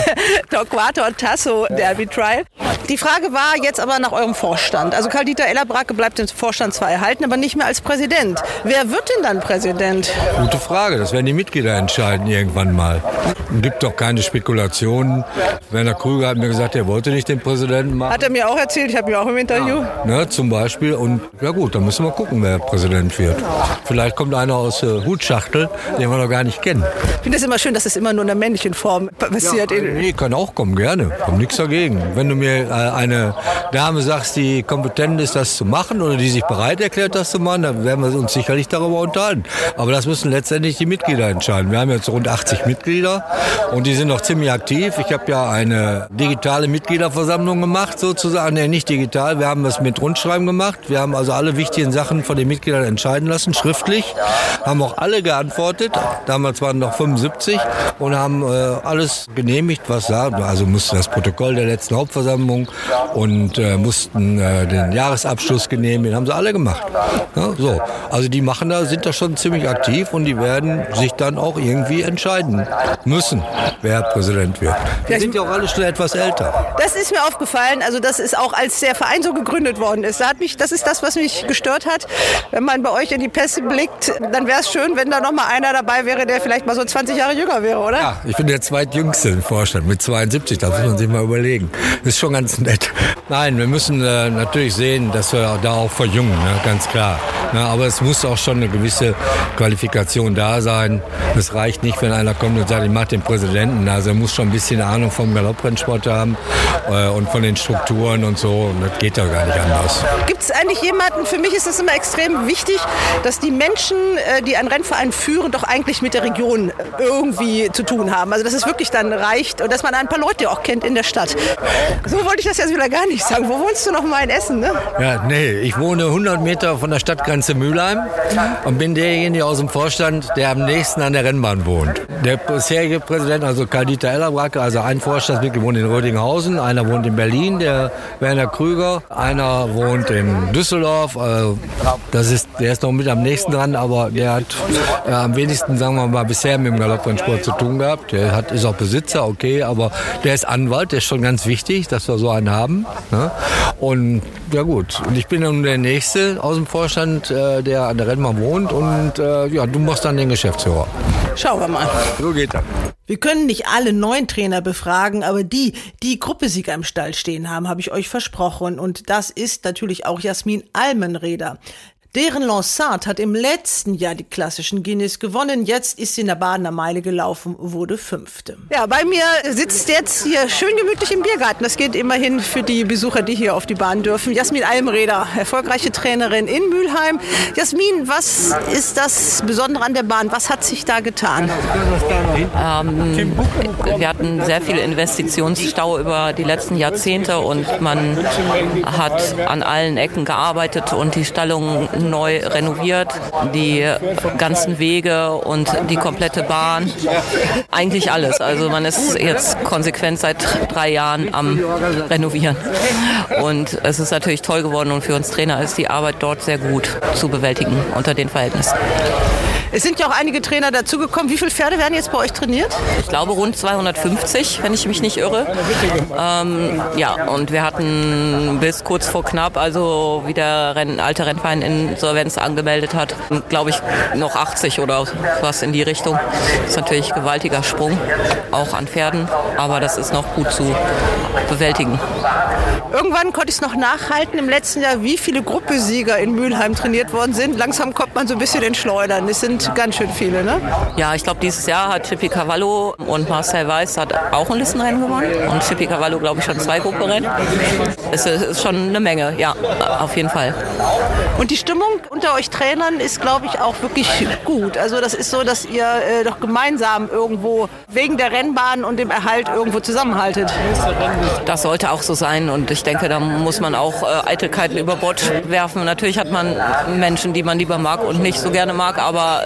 Speaker 2: Torquato Tasso Derby Trial. Die Frage war jetzt aber nach eurem Vorstand. Also Karl-Dieter Ellerbrake bleibt im Vorstand zwar erhalten, aber nicht mehr als Präsident. Wer wird denn dann Präsident?
Speaker 3: Gute Frage, das werden die Mitglieder entscheiden irgendwann mal. Es gibt doch keine Spekulationen. Werner Krüger hat mir gesagt, er wollte nicht den Präsidenten machen.
Speaker 2: Hat er mir auch erzählt, ich habe ihn auch im Interview.
Speaker 3: Ja, ne, zum Beispiel. Und ja gut, dann müssen wir gucken, wer Präsident wird. Vielleicht kommt einer aus Hutschachtel, den wir noch gar nicht kennen.
Speaker 2: Ich finde es immer schön, dass es immer nur in der männlichen Form passiert.
Speaker 3: Ja, nee, kann auch kommen, gerne. Ich habe nichts dagegen. Wenn du mir eine Dame sagst, die kompetent ist, das zu machen oder die sich bereit erklärt, das zu machen, dann werden wir uns sicherlich darüber unterhalten. Aber das müssen letztendlich die Mitglieder entscheiden. Wir haben jetzt rund 80 Mitglieder und die sind noch ziemlich aktiv. Ich habe ja eine digitale Mitgliederversammlung gemacht, sozusagen. Nee, nicht digital. Wir haben das mit Rundschreiben gemacht. Wir haben also alle wichtigen Sachen von den Mitgliedern entscheiden lassen, schriftlich. Haben auch alle geantwortet. Damals waren noch 75 und haben alles genehmigt, was da. Also mussten das Protokoll der letzten Hauptversammlung und mussten den Jahresabschluss genehmigen. Haben sie alle gemacht. Ja, so. Also die sind da schon ziemlich aktiv und die werden sich dann auch irgendwie entscheiden müssen, wer Präsident wird. Wir sind ja auch alle schon etwas älter.
Speaker 2: Das ist mir aufgefallen, also das ist auch, als der Verein so gegründet worden ist. Das ist das, was mich gestört hat. Wenn man bei euch in die Pässe blickt, dann wäre es schön, wenn da noch mal einer dabei wäre, der vielleicht mal so 20 Jahre jünger wäre, oder?
Speaker 3: Ja, ich bin der zweitjüngste im Vorstand mit 72, da muss man sich mal überlegen. Das ist schon ganz nett. Nein, wir müssen natürlich sehen, dass wir da auch verjüngen, ne? Ganz klar. Ja, aber es muss auch schon eine gewisse Qualifikation da sein. Es reicht nicht, wenn einer kommt und sagt, ich mache den Präsidenten. Also er muss schon ein bisschen Ahnung vom Galopprennsport haben und von den Strukturen und so. Und das geht ja gar nicht anders.
Speaker 2: Gibt es eigentlich jemanden, für mich ist es immer extrem wichtig, dass die Menschen, die einen Rennverein führen, doch eigentlich mit der Region irgendwie zu tun haben. Also dass es wirklich dann reicht und dass man ein paar Leute auch kennt in der Stadt. So wollte ich das jetzt wieder gar nicht sagen. Wo wohnst du noch mal in Essen, ne?
Speaker 3: Ja, nee, ich wohne 100 Meter von der Stadtgrenze Mülheim und bin derjenige aus dem Vorstand, der am nächsten an der Rennbahn wohnt. Der bisherige Präsident, also Karl-Dieter Ellerbrake, also ein Vorstandsmitglied wohnt in Rödinghausen, einer wohnt in Berlin, der Werner Krüger, einer wohnt in Düsseldorf. Der ist noch mit am nächsten dran, aber der hat am wenigsten, sagen wir mal, bisher mit dem Galopprennsport zu tun gehabt. Der ist auch Besitzer, okay, aber der ist Anwalt, der ist schon ganz wichtig, dass wir so einen haben. Ne? Und ja gut, und ich bin nun der Nächste aus dem Vorstand, der an der Rennbahn wohnt und ja, du machst dann den Geschäftsführer.
Speaker 2: Schauen wir mal.
Speaker 3: So geht das.
Speaker 2: Wir können nicht alle neuen Trainer befragen, aber die Gruppesieger im Stall stehen haben, habe ich euch versprochen. Und das ist natürlich auch Jasmin Almenreder. Deren Lansat hat im letzten Jahr die klassischen Guineas gewonnen. Jetzt ist sie in der Badener Meile gelaufen, wurde 5. Ja, bei mir sitzt jetzt hier schön gemütlich im Biergarten. Das geht immerhin für die Besucher, die hier auf die Bahn dürfen. Jasmin Almenreder, erfolgreiche Trainerin in Mülheim. Jasmin, was ist das Besondere an der Bahn? Was hat sich da getan?
Speaker 5: Wir hatten sehr viel Investitionsstau über die letzten Jahrzehnte und man hat an allen Ecken gearbeitet und die Stallungen neu renoviert, die ganzen Wege und die komplette Bahn. Eigentlich alles. Also man ist jetzt konsequent seit 3 Jahren am Renovieren. Und es ist natürlich toll geworden und für uns Trainer ist die Arbeit dort sehr gut zu bewältigen unter den Verhältnissen.
Speaker 2: Es sind ja auch einige Trainer dazugekommen. Wie viele Pferde werden jetzt bei euch trainiert?
Speaker 5: Ich glaube rund 250, wenn ich mich nicht irre. Und wir hatten bis kurz vor knapp, also wie der alte Rennverein Insolvenz angemeldet hat, glaube ich noch 80 oder was in die Richtung. Das ist natürlich ein gewaltiger Sprung, auch an Pferden, aber das ist noch gut zu bewältigen.
Speaker 2: Irgendwann konnte ich es noch nachhalten im letzten Jahr, wie viele Gruppensieger in Mülheim trainiert worden sind. Langsam kommt man so ein bisschen in Schleudern. Es sind ganz schön viele, ne?
Speaker 5: Ja, ich glaube, dieses Jahr hat Chippy Cavallo und Marcel Weiß hat auch ein Listenrennen gewonnen. Und Chippy Cavallo, glaube ich, schon 2 Gruppenrennen. Es ist schon eine Menge, ja, auf jeden Fall.
Speaker 2: Und die Stimmung unter euch Trainern ist, glaube ich, auch wirklich gut. Also das ist so, dass ihr doch gemeinsam irgendwo wegen der Rennbahn und dem Erhalt irgendwo zusammenhaltet.
Speaker 5: Das sollte auch so sein und ich denke, da muss man auch Eitelkeiten über Bord werfen. Natürlich hat man Menschen, die man lieber mag und nicht so gerne mag, aber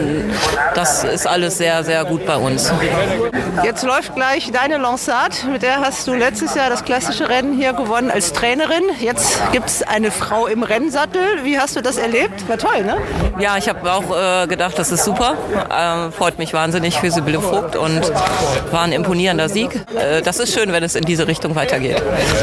Speaker 5: das ist alles sehr, sehr gut bei uns.
Speaker 2: Jetzt läuft gleich deine Lansat, mit der hast du letztes Jahr das klassische Rennen hier gewonnen als Trainerin. Jetzt gibt es eine Frau im Rennsattel. Wie hast du das erlebt? War toll, ne?
Speaker 5: Ja, ich habe auch gedacht, das ist super. Freut mich wahnsinnig für Sibylle Vogt und war ein imponierender Sieg. Das ist schön, wenn es in diese Richtung weitergeht.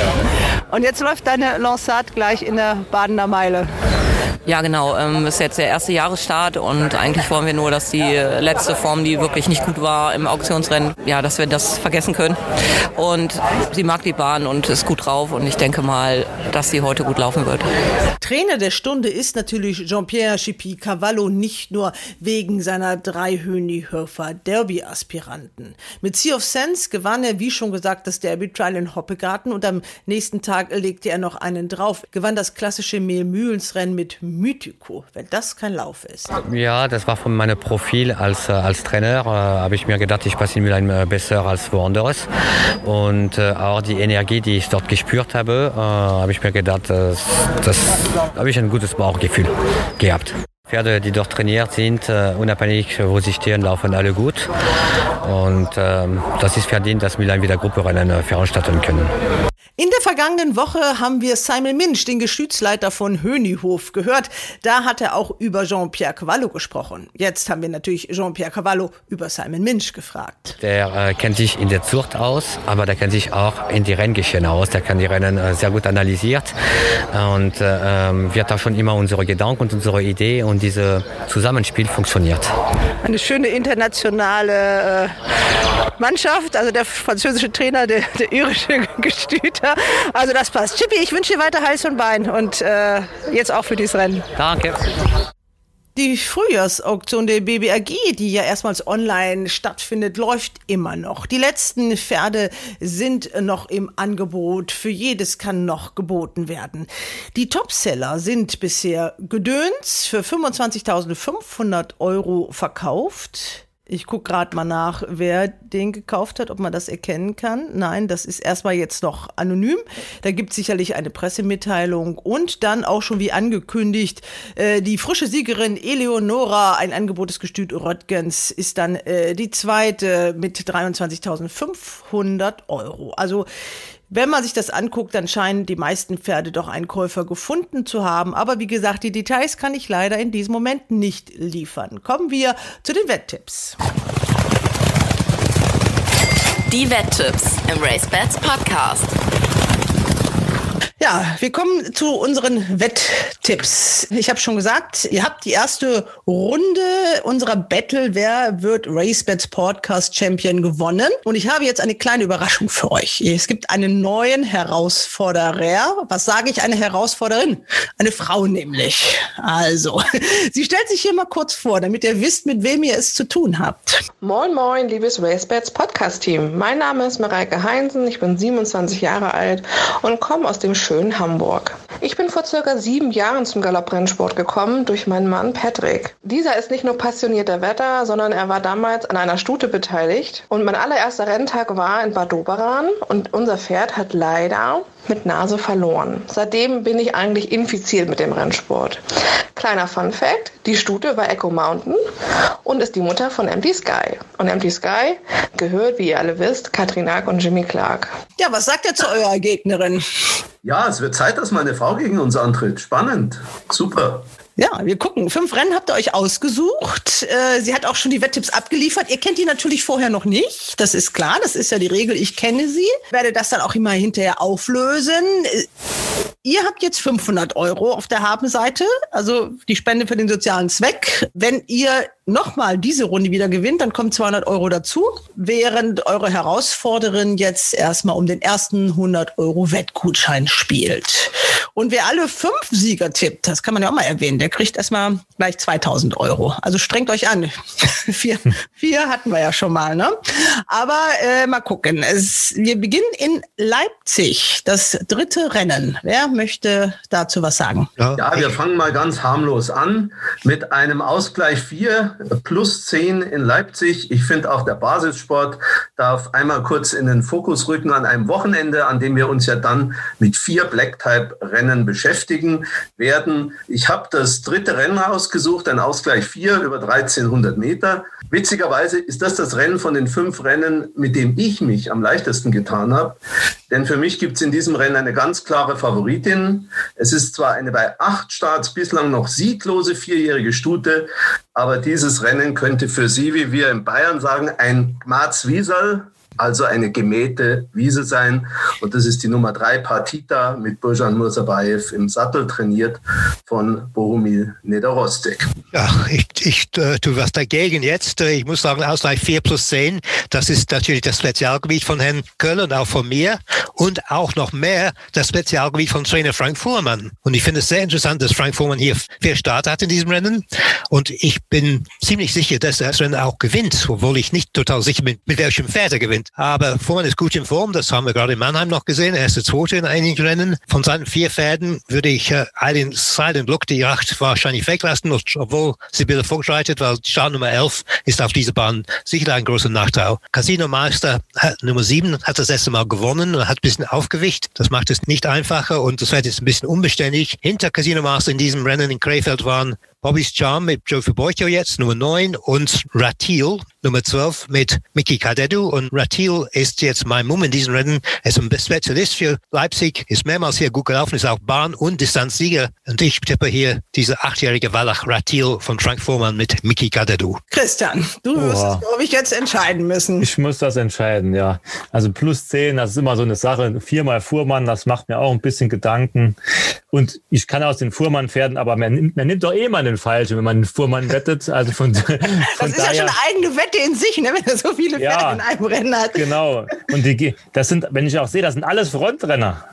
Speaker 2: Und jetzt läuft deine Lansat gleich in der Badener Meile.
Speaker 5: Ja, genau. Das ist jetzt der erste Jahresstart und eigentlich wollen wir nur, dass die letzte Form, die wirklich nicht gut war im Auktionsrennen, ja, dass wir das vergessen können. Und sie mag die Bahn und ist gut drauf und ich denke mal, dass sie heute gut laufen wird.
Speaker 2: Trainer der Stunde ist natürlich Jean-Pierre Chippy Cavallo, nicht nur wegen seiner 3 Höni-Höfer Derby-Aspiranten. Mit Sea of Sense gewann er, wie schon gesagt, das Derby-Trial in Hoppegarten und am nächsten Tag legte er noch einen drauf, gewann das klassische Mehlmühlensrennen mit Mythico, wenn das kein Lauf ist.
Speaker 6: Ja, das war von meinem Profil als Trainer. Habe ich mir gedacht, ich passe in Mülheim besser als woanders. Und auch die Energie, die ich dort gespürt habe, habe ich mir gedacht, das habe ich ein gutes Bauchgefühl gehabt. Pferde, die dort trainiert sind, unabhängig wo sie stehen, laufen alle gut. Und das ist verdient, dass Mülheim wieder Grupperennen veranstalten können.
Speaker 2: In der vergangenen Woche haben wir Simon Minch, den Gestütsleiter von Hönihof, gehört. Da hat er auch über Jean-Pierre Cavallo gesprochen. Jetzt haben wir natürlich Jean-Pierre Cavallo über Simon Minch gefragt.
Speaker 6: Der kennt sich in der Zucht aus, aber der kennt sich auch in die Renngeschehen aus. Der kann die Rennen sehr gut analysiert und wir haben schon immer unsere Gedanken und unsere Idee und dieses Zusammenspiel funktioniert.
Speaker 2: Eine schöne internationale Mannschaft, also der französische Trainer, der irische Gestüter. Also das passt. Chippy, ich wünsche dir weiter Hals und Bein und jetzt auch für dieses Rennen.
Speaker 6: Danke.
Speaker 2: Die Frühjahrsauktion der BBAG, die ja erstmals online stattfindet, läuft immer noch. Die letzten Pferde sind noch im Angebot. Für jedes kann noch geboten werden. Die Topseller sind bisher Gedöns für 25.500 € verkauft. Ich gucke gerade mal nach, wer den gekauft hat, ob man das erkennen kann. Nein, das ist erstmal jetzt noch anonym. Da gibt es sicherlich eine Pressemitteilung und dann auch schon wie angekündigt, die frische Siegerin Eleonora, ein Angebot des Gestüt Röttgens, ist dann die zweite mit 23.500 €. Also wenn man sich das anguckt, dann scheinen die meisten Pferde doch einen Käufer gefunden zu haben. Aber wie gesagt, die Details kann ich leider in diesem Moment nicht liefern. Kommen wir zu den Wetttipps.
Speaker 1: Die Wetttipps im RaceBets Podcast.
Speaker 2: Ja, wir kommen zu unseren Wetttipps. Ich habe schon gesagt, ihr habt die erste Runde unserer Battle, wer wird RaceBets Podcast Champion, gewonnen. Und ich habe jetzt eine kleine Überraschung für euch. Es gibt einen neuen Herausforderer. Was sage ich, eine Herausforderin? Eine Frau nämlich. Also, sie stellt sich hier mal kurz vor, damit ihr wisst, mit wem ihr es zu tun habt.
Speaker 8: Moin, moin, liebes RaceBets Podcast-Team. Mein Name ist Mareike Heinsen, ich bin 27 Jahre alt und komme aus dem schönen Hamburg. Ich bin vor circa 7 Jahren zum Galopprennsport gekommen durch meinen Mann Patrick. Dieser ist nicht nur passionierter Wetter, sondern er war damals an einer Stute beteiligt und mein allererster Renntag war in Bad Doberan und unser Pferd hat leider mit Nase verloren. Seitdem bin ich eigentlich infiziert mit dem Rennsport. Kleiner Fun-Fact, die Stute war Echo Mountain und ist die Mutter von Empty Sky. Und Empty Sky gehört, wie ihr alle wisst, Katrin Ack und Jimmy Clark.
Speaker 2: Ja, was sagt ihr zu eurer Gegnerin?
Speaker 10: Ja, es wird Zeit, dass meine Frau gegen uns antritt. Spannend. Super.
Speaker 2: Ja, wir gucken. 5 Rennen habt ihr euch ausgesucht. Sie hat auch schon die Wetttipps abgeliefert. Ihr kennt die natürlich vorher noch nicht. Das ist klar. Das ist ja die Regel. Ich kenne sie. Werde das dann auch immer hinterher auflösen. Ihr habt jetzt 500 € auf der Habenseite. Also die Spende für den sozialen Zweck. Wenn ihr nochmal diese Runde wieder gewinnt, dann kommen 200 € dazu. Während eure Herausforderin jetzt erstmal um den ersten 100 € Wettgutschein spielt. Und wer alle 5 Sieger tippt, das kann man ja auch mal erwähnen, der kriegt erstmal gleich 2000 €. Also strengt euch an. 4 hatten wir ja schon mal, ne? Aber mal gucken. Wir beginnen in Leipzig, das 3. Rennen. Wer möchte dazu was sagen?
Speaker 10: Ja, wir fangen mal ganz harmlos an mit einem Ausgleich 4 plus 10 in Leipzig. Ich finde auch der Basissport darf einmal kurz in den Fokus rücken an einem Wochenende, an dem wir uns ja dann mit 4 Black-Type-Rennen beschäftigen werden. Ich habe das 3. Rennen ausgesucht, ein Ausgleich 4 über 1300 Meter. Witzigerweise ist das Rennen von den 5 Rennen, mit dem ich mich am leichtesten getan habe. Denn für mich gibt es in diesem Rennen eine ganz klare Favoritin. Es ist zwar eine bei 8 Starts bislang noch sieglose 4-jährige Stute, aber dieses Rennen könnte für sie, wie wir in Bayern sagen, ein Gmaz-Wiesel, also eine gemähte Wiese sein. Und das ist die Nummer 3 Partita mit Bojan Murzabayev im Sattel, trainiert von Bohumil Nedorostek.
Speaker 11: Ja, ich tue was dagegen jetzt. Ich muss sagen, Ausgleich 4 plus 10, das ist natürlich das Spezialgebiet von Herrn Köhler und auch von mir und auch noch mehr das Spezialgebiet von Trainer Frank Fuhrmann. Und ich finde es sehr interessant, dass Frank Fuhrmann hier 4 Starter hat in diesem Rennen. Und ich bin ziemlich sicher, dass er das Rennen auch gewinnt, obwohl ich nicht total sicher bin, mit welchem Pferd er gewinnt. Aber Fuhrmann ist gut in Form, das haben wir gerade in Mannheim noch gesehen. Er ist der Zweite in einigen Rennen. Von seinen 4 Pferden würde ich Silent Look, die 8, wahrscheinlich weglassen, obwohl Sibylle Vogt reitet, weil Startnummer 11 ist auf dieser Bahn sicher ein großer Nachteil. Casino Master Nummer 7 hat das erste Mal gewonnen und hat ein bisschen Aufgewicht. Das macht es nicht einfacher und das Pferd ist ein bisschen unbeständig. Hinter Casino Master in diesem Rennen in Krefeld waren Bobby's Charm mit Joe Fibocchio jetzt, Nummer 9, und Ratil, Nummer 12, mit Miki Kadedu. Und Ratil ist jetzt mein Mumm in diesem Rennen. Er ist ein Spezialist für Leipzig, ist mehrmals hier gut gelaufen, ist auch Bahn- und Distanzsieger. Und ich tippe hier diese 8-jährige Wallach Ratil von Frank Fuhrmann mit Miki Kadedu.
Speaker 2: Christian, du wirst es, glaube ich, jetzt entscheiden müssen.
Speaker 9: Ich muss das entscheiden, ja. Also plus 10, das ist immer so eine Sache. 4 mal Fuhrmann, das macht mir auch ein bisschen Gedanken. Und ich kann aus den Fuhrmann-Pferden, aber man nimmt doch eh mal den Falschen, wenn man den Fuhrmann wettet. Also von
Speaker 2: das ist daher, ja schon eine eigene Wette in sich, ne, wenn er so viele Pferde in einem Rennen hat.
Speaker 9: Genau. Und das sind, wenn ich auch sehe, das sind alles Frontrenner.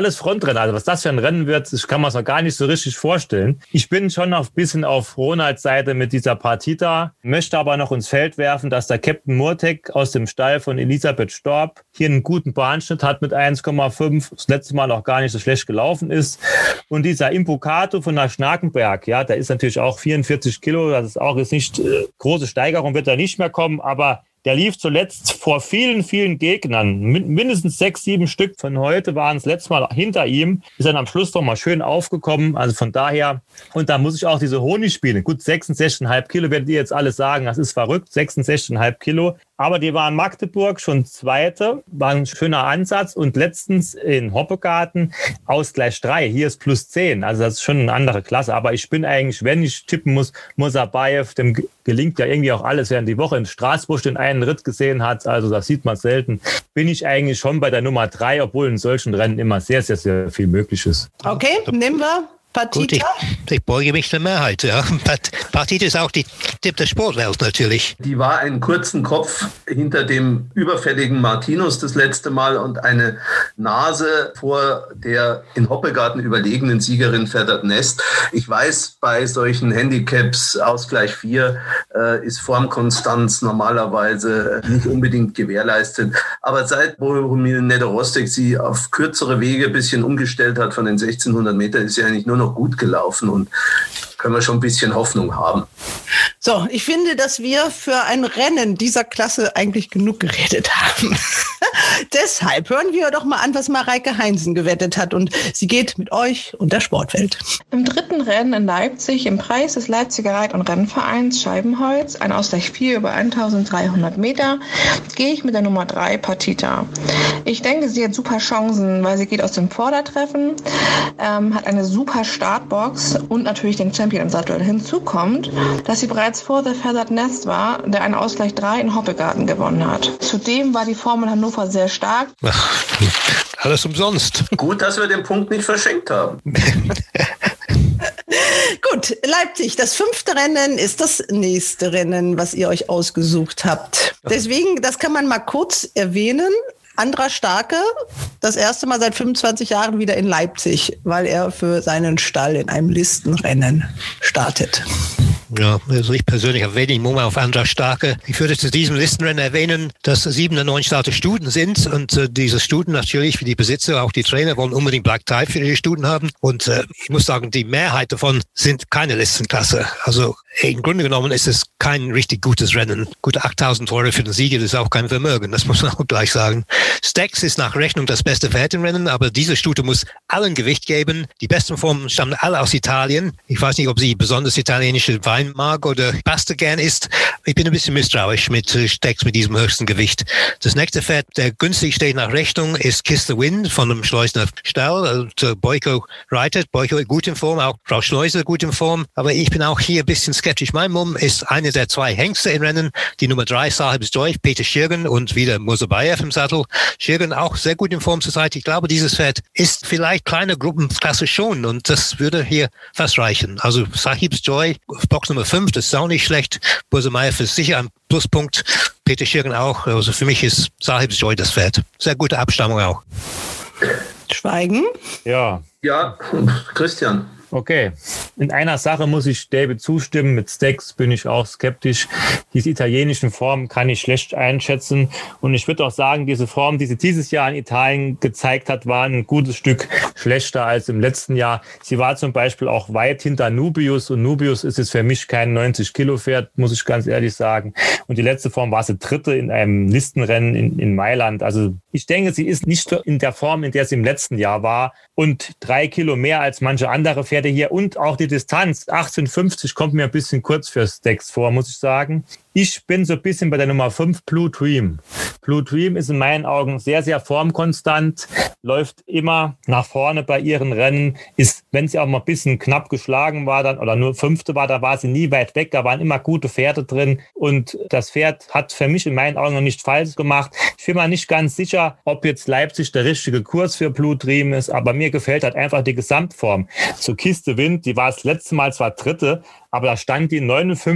Speaker 9: Also was das für ein Rennen wird, das kann man sich noch gar nicht so richtig vorstellen. Ich bin schon noch ein bisschen auf Ronalds Seite mit dieser Partita, möchte aber noch ins Feld werfen, dass der Captain Murtek aus dem Stall von Elisabeth Storb hier einen guten Bahnschnitt hat mit 1,5, das letzte Mal auch gar nicht so schlecht gelaufen ist. Und dieser Impucato von der Schnakenberg, ja, der ist natürlich auch 44 Kilo, das ist auch jetzt nicht große Steigerung, wird da nicht mehr kommen, aber der lief zuletzt vor vielen, vielen Gegnern. Mindestens 6, 7 Stück von heute waren es letztes Mal hinter ihm. Ist dann am Schluss doch mal schön aufgekommen. Also von daher, und da muss ich auch diese Honig spielen. Gut, 66,5 Kilo werdet ihr jetzt alle sagen, das ist verrückt, 66,5 Kilo. Aber die waren in Magdeburg schon Zweite, war ein schöner Ansatz. Und letztens in Hoppegarten Ausgleich 3, hier ist plus 10. Also das ist schon eine andere Klasse. Aber ich bin eigentlich, wenn ich tippen muss, Murzabayev, dem gelingt ja irgendwie auch alles, während die Woche in Straßburg den einen Ritt gesehen hat. Also das sieht man selten. Bin ich eigentlich schon bei der Nummer 3, obwohl in solchen Rennen immer sehr, sehr, sehr viel möglich ist.
Speaker 2: Okay, nehmen wir Partita?
Speaker 11: Gut, ich beuge mich der Mehrheit. Ja. Partita ist auch die Tipp der Sportwelt natürlich.
Speaker 10: Die war einen kurzen Kopf hinter dem überfälligen Martinus das letzte Mal und eine Nase vor der in Hoppegarten überlegenen Siegerin Feathered Nest. Ich weiß, bei solchen Handicaps Ausgleich 4 ist Formkonstanz normalerweise nicht unbedingt gewährleistet. Aber seit Bohumil Nedorostek sie auf kürzere Wege ein bisschen umgestellt hat von den 1600 Metern, ist sie eigentlich nur noch gut gelaufen und können wir schon ein bisschen Hoffnung haben.
Speaker 2: So, ich finde, dass wir für ein Rennen dieser Klasse eigentlich genug geredet haben. Deshalb hören wir doch mal an, was Mareike Heinsen gewettet hat. Und sie geht mit euch unter Sportwelt.
Speaker 8: Im dritten Rennen in Leipzig im Preis des Leipziger Reit- und Rennvereins Scheibenholz, ein Ausgleich 4 über 1300 Meter, gehe ich mit der Nummer 3 Partita. Ich denke, sie hat super Chancen, weil sie geht aus dem Vordertreffen, hat eine super Startbox und natürlich den Champion im Sattel. Hinzu kommt, dass sie bereits vor The Feathered Nest war, der einen Ausgleich 3 in Hoppegarten gewonnen hat. Zudem war die Form in Hannover sehr stark.
Speaker 11: Alles umsonst.
Speaker 10: Gut, dass wir den Punkt nicht verschenkt haben.
Speaker 2: Gut, Leipzig, das 5. Rennen ist das nächste Rennen, was ihr euch ausgesucht habt. Deswegen, das kann man mal kurz erwähnen. Andra Starke, das erste Mal seit 25 Jahren wieder in Leipzig, weil er für seinen Stall in einem Listenrennen startet.
Speaker 11: Ja, also ich persönlich habe wenig Mumm auf Andra Starke. Ich würde zu diesem Listenrennen erwähnen, dass 7 der 9 Starter Stuten sind und diese Stuten natürlich, wie die Besitzer, auch die Trainer, wollen unbedingt Black Tie für ihre Stuten haben und ich muss sagen, die Mehrheit davon sind keine Listenklasse. Also im Grunde genommen ist es kein richtig gutes Rennen. Gute 8.000 € für den Sieger, das ist auch kein Vermögen, das muss man auch gleich sagen. Stax ist nach Rechnung das beste Pferd im Rennen, aber diese Stute muss allen Gewicht geben. Die besten Formen stammen alle aus Italien. Ich weiß nicht, ob sie besonders italienische Wein mag oder Pasta gern isst. Ich bin ein bisschen misstrauisch mit Stax mit diesem höchsten Gewicht. Das nächste Pferd, der günstig steht nach Rechnung, ist Kiss the Wind von dem Schleusner Stall. Und Boyko reitet. Boyko gut in Form, auch Frau Schleuser gut in Form. Aber ich bin auch hier ein bisschen skeptisch. Mein Mumm ist eine der 2 Hengste im Rennen. Die Nummer 3, Sahib's Joy, Peter Schirgen und wieder Musabayev im Sattel. Schirgen auch sehr gut in Form zur Seite. Ich glaube, dieses Pferd ist vielleicht kleine Gruppenklasse schon und das würde hier fast reichen. Also Sahib's Joy, Box Nummer 5, das ist auch nicht schlecht. Musabayev ist sicher ein Pluspunkt. Peter Schirgen auch. Also für mich ist Sahib's Joy das Pferd. Sehr gute Abstammung auch.
Speaker 2: Schweigen?
Speaker 10: Ja, Christian.
Speaker 9: Okay, in einer Sache muss ich David zustimmen. Mit Stax bin ich auch skeptisch. Diese italienischen Formen kann ich schlecht einschätzen. Und ich würde auch sagen, diese Form, die sie dieses Jahr in Italien gezeigt hat, war ein gutes Stück schlechter als im letzten Jahr. Sie war zum Beispiel auch weit hinter Nubius. Und Nubius ist jetzt für mich kein 90-Kilo-Pferd, muss ich ganz ehrlich sagen. Und die letzte Form war sie 3. in einem Listenrennen in Mailand. Also ich denke, sie ist nicht in der Form, in der sie im letzten Jahr war. Und 3 Kilo mehr als manche andere Pferde hier und auch die Distanz 18,50 kommt mir ein bisschen kurz für Stax vor, muss ich sagen. Ich bin so ein bisschen bei der Nummer 5, Blue Dream. Blue Dream ist in meinen Augen sehr, sehr formkonstant, läuft immer nach vorne bei ihren Rennen, ist, wenn sie auch mal ein bisschen knapp geschlagen war dann oder nur 5. war, da war sie nie weit weg, da waren immer gute Pferde drin und das Pferd hat für mich in meinen Augen noch nicht falsch gemacht. Ich bin mir nicht ganz sicher, ob jetzt Leipzig der richtige Kurs für Blue Dream ist, aber mir gefällt halt einfach die Gesamtform. So Kiss the Wind, die war das letzte Mal zwar 3., aber da stand die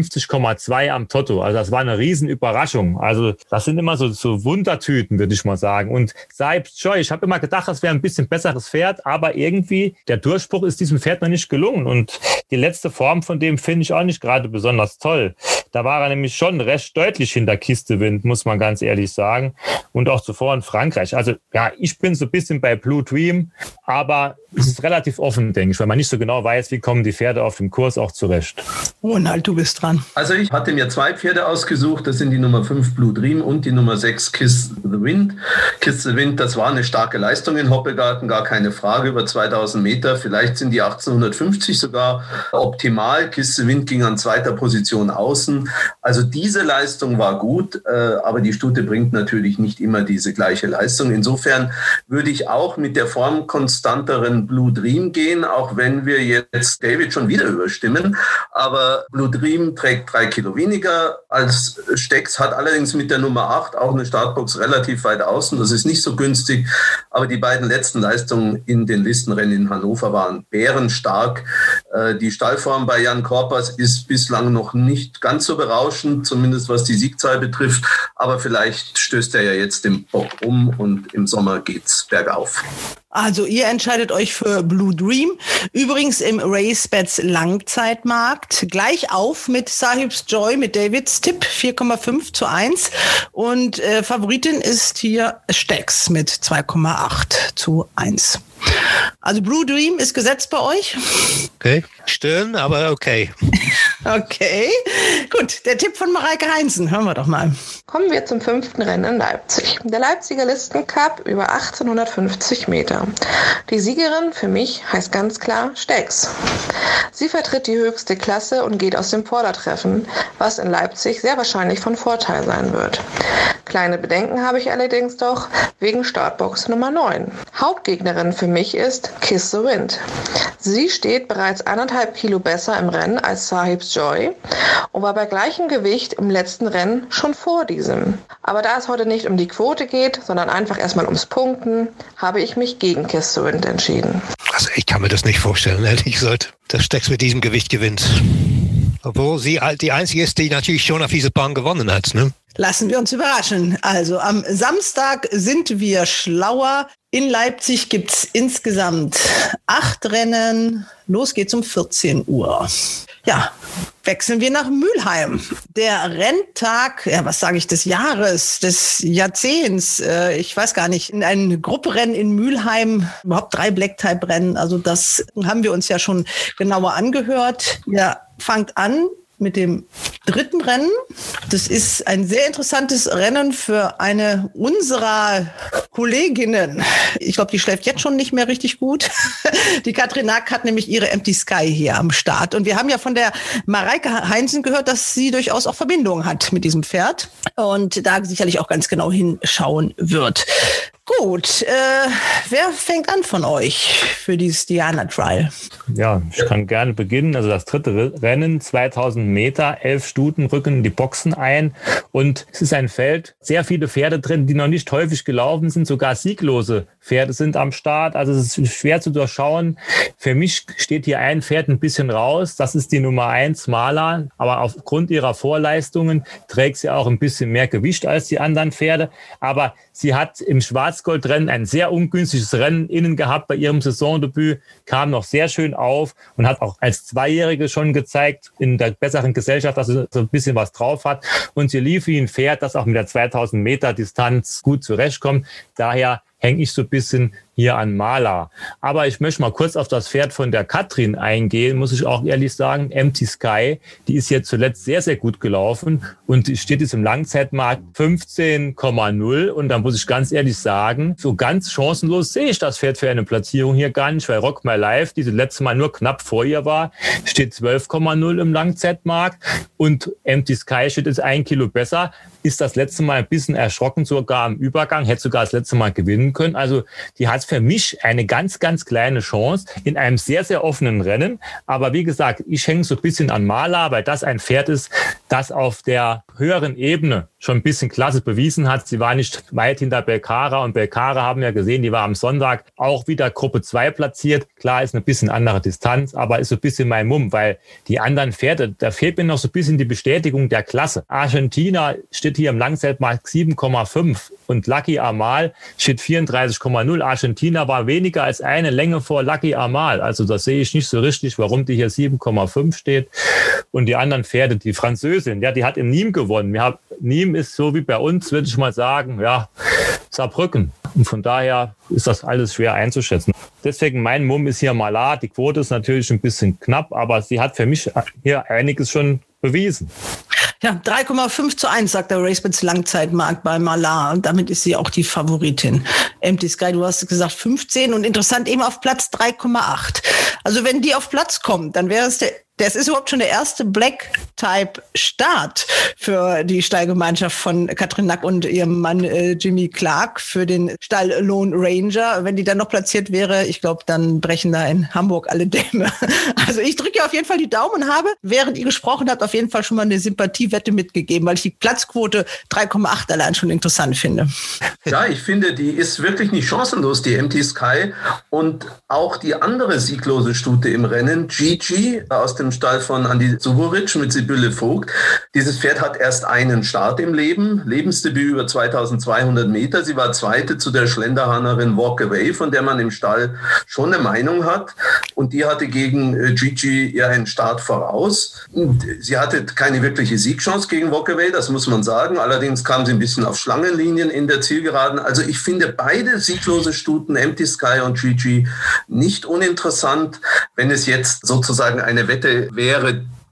Speaker 9: 59,2 am Toto. Also das war eine Riesenüberraschung. Also das sind immer so Wundertüten, würde ich mal sagen. Und Sahib's Joy, ich habe immer gedacht, das wäre ein bisschen besseres Pferd, aber irgendwie der Durchbruch ist diesem Pferd noch nicht gelungen. Und die letzte Form von dem finde ich auch nicht gerade besonders toll. Da war er nämlich schon recht deutlich hinter Kiss the Wind, muss man ganz ehrlich sagen. Und auch zuvor in Frankreich. Also ja, ich bin so ein bisschen bei Blue Dream, aber es ist relativ offen, denke ich, weil man nicht so genau weiß, wie kommen die Pferde auf dem Kurs auch zurecht.
Speaker 2: Ronald, du bist dran.
Speaker 10: Also ich hatte mir 2 Pferde ausgesucht, das sind die Nummer 5 Blue Dream und die Nummer 6 Kiss the Wind. Kiss the Wind, das war eine starke Leistung in Hoppegarten, gar keine Frage, über 2000 Meter, vielleicht sind die 1850 sogar optimal. Kiss the Wind ging an 2. Position außen, also diese Leistung war gut, aber die Stute bringt natürlich nicht immer diese gleiche Leistung. Insofern würde ich auch mit der formkonstanteren Blue Dream gehen, auch wenn wir jetzt David schon wieder überstimmen. Aber Blue Dream trägt 3 Kilo weniger als Stax, hat allerdings mit der Nummer 8 auch eine Startbox relativ weit außen. Das ist nicht so günstig. Aber die beiden letzten Leistungen in den Listenrennen in Hannover waren bärenstark. Die Stallform bei Jan Korpas ist bislang noch nicht ganz so berauschend, zumindest was die Siegzahl betrifft. Aber vielleicht stößt er ja jetzt den Bock um und im Sommer geht's bergauf.
Speaker 2: Also ihr entscheidet euch für Blue Dream. Übrigens im RaceBets Langzeitmarkt gleich auf mit Sahib's Joy, mit Davids Tipp 4,5:1. Und Favoritin ist hier Stax mit 2,8:1. Also Blue Dream ist gesetzt bei euch?
Speaker 11: Okay, Stirn, aber okay.
Speaker 2: Okay, gut. Der Tipp von Mareike Heinzen. Hören wir doch mal.
Speaker 8: Kommen wir zum 5. Rennen in Leipzig. Der Leipziger Listencup über 1850 Meter. Die Siegerin für mich heißt ganz klar Stex. Sie vertritt die höchste Klasse und geht aus dem Vordertreffen, was in Leipzig sehr wahrscheinlich von Vorteil sein wird. Kleine Bedenken habe ich allerdings doch wegen Startbox Nummer 9. Hauptgegnerin für mich ist Kiss the Wind. Sie steht bereits 1,5 Kilo besser im Rennen als Sahib's Joy und war bei gleichem Gewicht im letzten Rennen schon vor diesem. Aber da es heute nicht um die Quote geht, sondern einfach erstmal ums Punkten, habe ich mich gegen Kiss the Wind entschieden.
Speaker 11: Also ich kann mir das nicht vorstellen, ehrlich gesagt, dass Stex mit diesem Gewicht gewinnt. Obwohl sie die Einzige ist, die natürlich schon auf dieser Bahn gewonnen hat, ne?
Speaker 2: Lassen wir uns überraschen. Also am Samstag sind wir schlauer. In Leipzig gibt's insgesamt 8 Rennen. Los geht's um 14 Uhr. Ja, wechseln wir nach Mülheim. Der Renntag, ja, was sage ich, des Jahres, des Jahrzehnts. Ich weiß gar nicht, in ein Grupperennen in Mülheim, überhaupt 3 Black-Type-Rennen. Also das haben wir uns ja schon genauer angehört. Ja, fangt an mit dem 3. Rennen. Das ist ein sehr interessantes Rennen für eine unserer Kolleginnen. Ich glaube, die schläft jetzt schon nicht mehr richtig gut. Die Katrin Nack hat nämlich ihre Empty Sky hier am Start. Und wir haben ja von der Mareike Heinzen gehört, dass sie durchaus auch Verbindungen hat mit diesem Pferd und da sicherlich auch ganz genau hinschauen wird. Gut, wer fängt an von euch für dieses Diana Trial?
Speaker 9: Ja, ich kann gerne beginnen. Also das 3. Rennen, 2000 Meter, 11 Stuten rücken die Boxen ein. Und es ist ein Feld, sehr viele Pferde drin, die noch nicht häufig gelaufen sind. Sogar sieglose Pferde sind am Start. Also es ist schwer zu durchschauen. Für mich steht hier ein Pferd ein bisschen raus. Das ist die Nummer 1, Mala. Aber aufgrund ihrer Vorleistungen trägt sie auch ein bisschen mehr Gewicht als die anderen Pferde. Aber sie hat im Schwarzgoldrennen ein sehr ungünstiges Rennen innen gehabt bei ihrem Saisondebüt, kam noch sehr schön auf und hat auch als Zweijährige schon gezeigt in der besseren Gesellschaft, dass sie so ein bisschen was drauf hat. Und sie lief wie ein Pferd, das auch mit der 2000 Meter Distanz gut zurechtkommt. Daher hänge ich so ein bisschen hier an Mala. Aber ich möchte mal kurz auf das Pferd von der Katrin eingehen, muss ich auch ehrlich sagen. Empty Sky, die ist jetzt zuletzt sehr, sehr gut gelaufen und steht jetzt im Langzeitmarkt 15,0. Und da muss ich ganz ehrlich sagen, so ganz chancenlos sehe ich das Pferd für eine Platzierung hier gar nicht, weil Rock My Life, die letzte Mal nur knapp vor ihr war, steht 12,0 im Langzeitmarkt und Empty Sky steht jetzt 1 Kilo besser, ist das letzte Mal ein bisschen erschrocken, sogar am Übergang, hätte sogar das letzte Mal gewinnen können. Also die hat für mich eine ganz, ganz kleine Chance in einem sehr, sehr offenen Rennen. Aber wie gesagt, ich hänge so ein bisschen an Mala, weil das ein Pferd ist, das auf der höheren Ebene schon ein bisschen Klasse bewiesen hat. Sie war nicht weit hinter Belcara und Belcara haben wir gesehen, die war am Sonntag auch wieder Gruppe 2 platziert. Klar, ist eine bisschen andere Distanz, aber ist so ein bisschen mein Mumm, weil die anderen Pferde, da fehlt mir noch so ein bisschen die Bestätigung der Klasse. Argentina steht hier im Langzeitmarkt 7,5 und Lucky Amal steht 34,0. Argentina war weniger als eine Länge vor Lucky Amal. Also das sehe ich nicht so richtig, warum die hier 7,5 steht. Und die anderen Pferde, die Französin, ja, die hat in Nîmes gewonnen. Nîmes ist so wie bei uns, würde ich mal sagen, ja, Saarbrücken. Und von daher ist das alles schwer einzuschätzen. Deswegen mein Mumm ist hier Mala. Die Quote ist natürlich ein bisschen knapp, aber sie hat für mich hier einiges schon bewiesen.
Speaker 2: Ja, 3,5:1 sagt der RaceBets Langzeitmarkt bei Mala und damit ist sie auch die Favoritin. Empty Sky, du hast gesagt 15 und interessant eben auf Platz 3,8. Also wenn die auf Platz kommt, dann wäre es das ist überhaupt schon der erste Black-Type-Start für die Stallgemeinschaft von Katrin Nack und ihrem Mann Jimmy Clark für den Stall Lone Ranger. Wenn die dann noch platziert wäre, ich glaube, dann brechen da in Hamburg alle Dämme. Also ich drücke auf jeden Fall die Daumen und habe, während ihr gesprochen habt, auf jeden Fall schon mal eine Sympathiewette mitgegeben, weil ich die Platzquote 3,8 allein schon interessant finde.
Speaker 10: Ja, ich finde, die ist wirklich nicht chancenlos, die Empty Sky. Und auch die andere sieglose Stute im Rennen, Gigi, aus dem Stall von Andi Subovic mit Sibylle Vogt. Dieses Pferd hat erst einen Start im Leben, Lebensdebüt über 2200 Meter. Sie war Zweite zu der Schlenderhahnerin Walk Away, von der man im Stall schon eine Meinung hat. Und die hatte gegen Gigi ja einen Start voraus. Sie hatte keine wirkliche Siegchance gegen Walk Away, das muss man sagen. Allerdings kam sie ein bisschen auf Schlangenlinien in der Zielgeraden. Also ich finde beide sieglose Stuten, Empty Sky und Gigi, nicht uninteressant. Wenn es jetzt sozusagen eine Wette wäre,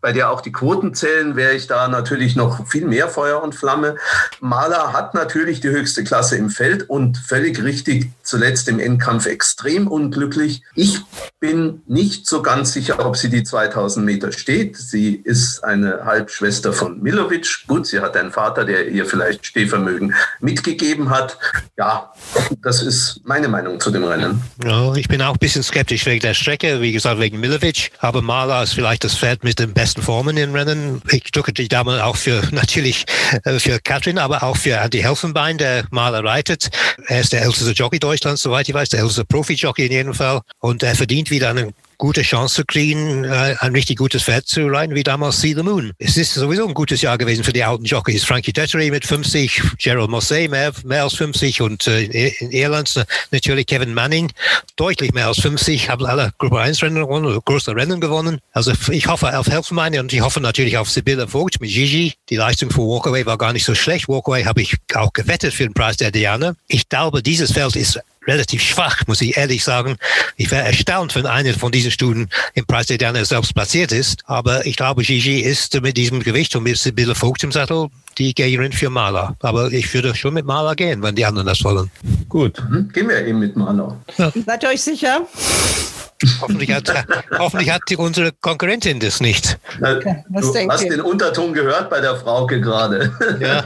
Speaker 10: bei der auch die Quoten zählen, wäre ich da natürlich noch viel mehr Feuer und Flamme. Mahler hat natürlich die höchste Klasse im Feld und völlig richtig zuletzt im Endkampf extrem unglücklich. Ich bin nicht so ganz sicher, ob sie die 2000 Meter steht. Sie ist eine Halbschwester von Milovic. Gut, sie hat einen Vater, der ihr vielleicht Stehvermögen mitgegeben hat. Ja, das ist meine Meinung zu dem Rennen.
Speaker 11: Ja, ich bin auch ein bisschen skeptisch wegen der Strecke, wie gesagt, wegen Milovic. Aber Mahler ist vielleicht das Pferd mit den besten Formen im Rennen. Ich drücke die Dame auch für Katrin, aber auch für Andy Helfenbein, der Mahler reitet. Er ist der älteste Jockey Deutschlands, soweit ich weiß, der älteste Profi-Jockey in jedem Fall. Und er verdient wieder eine gute Chance zu kriegen, ein richtig gutes Pferd zu reiten, wie damals See the Moon. Es ist sowieso ein gutes Jahr gewesen für die alten Jockeys. Frankie Dettery mit 50, Gerald Mosse mehr als 50 und in Irland natürlich Kevin Manning deutlich mehr als 50, haben alle Gruppe 1 Rennen gewonnen, oder große Rennen gewonnen. Also ich hoffe auf Helfenbein und ich hoffe natürlich auf Sibylle Vogt mit Gigi. Die Leistung von Walkaway war gar nicht so schlecht. Walkaway habe ich auch gewettet für den Preis der Diana. Ich glaube, dieses Feld ist relativ schwach, muss ich ehrlich sagen. Ich wäre erstaunt, wenn eine von diesen Studien im Preis der Diana selbst platziert ist. Aber ich glaube, Gigi ist mit diesem Gewicht und mit Sibylle Vogt im Sattel die Gegnerin für Mahler. Aber ich würde schon mit Mahler gehen, wenn die anderen das wollen.
Speaker 10: Gut, gehen wir eben mit Mahler.
Speaker 2: Ja. Seid ihr euch sicher?
Speaker 11: Hoffentlich hat unsere Konkurrentin das nicht.
Speaker 2: Okay,
Speaker 10: du hast den Unterton gehört bei der Frauke gerade.
Speaker 11: Ja.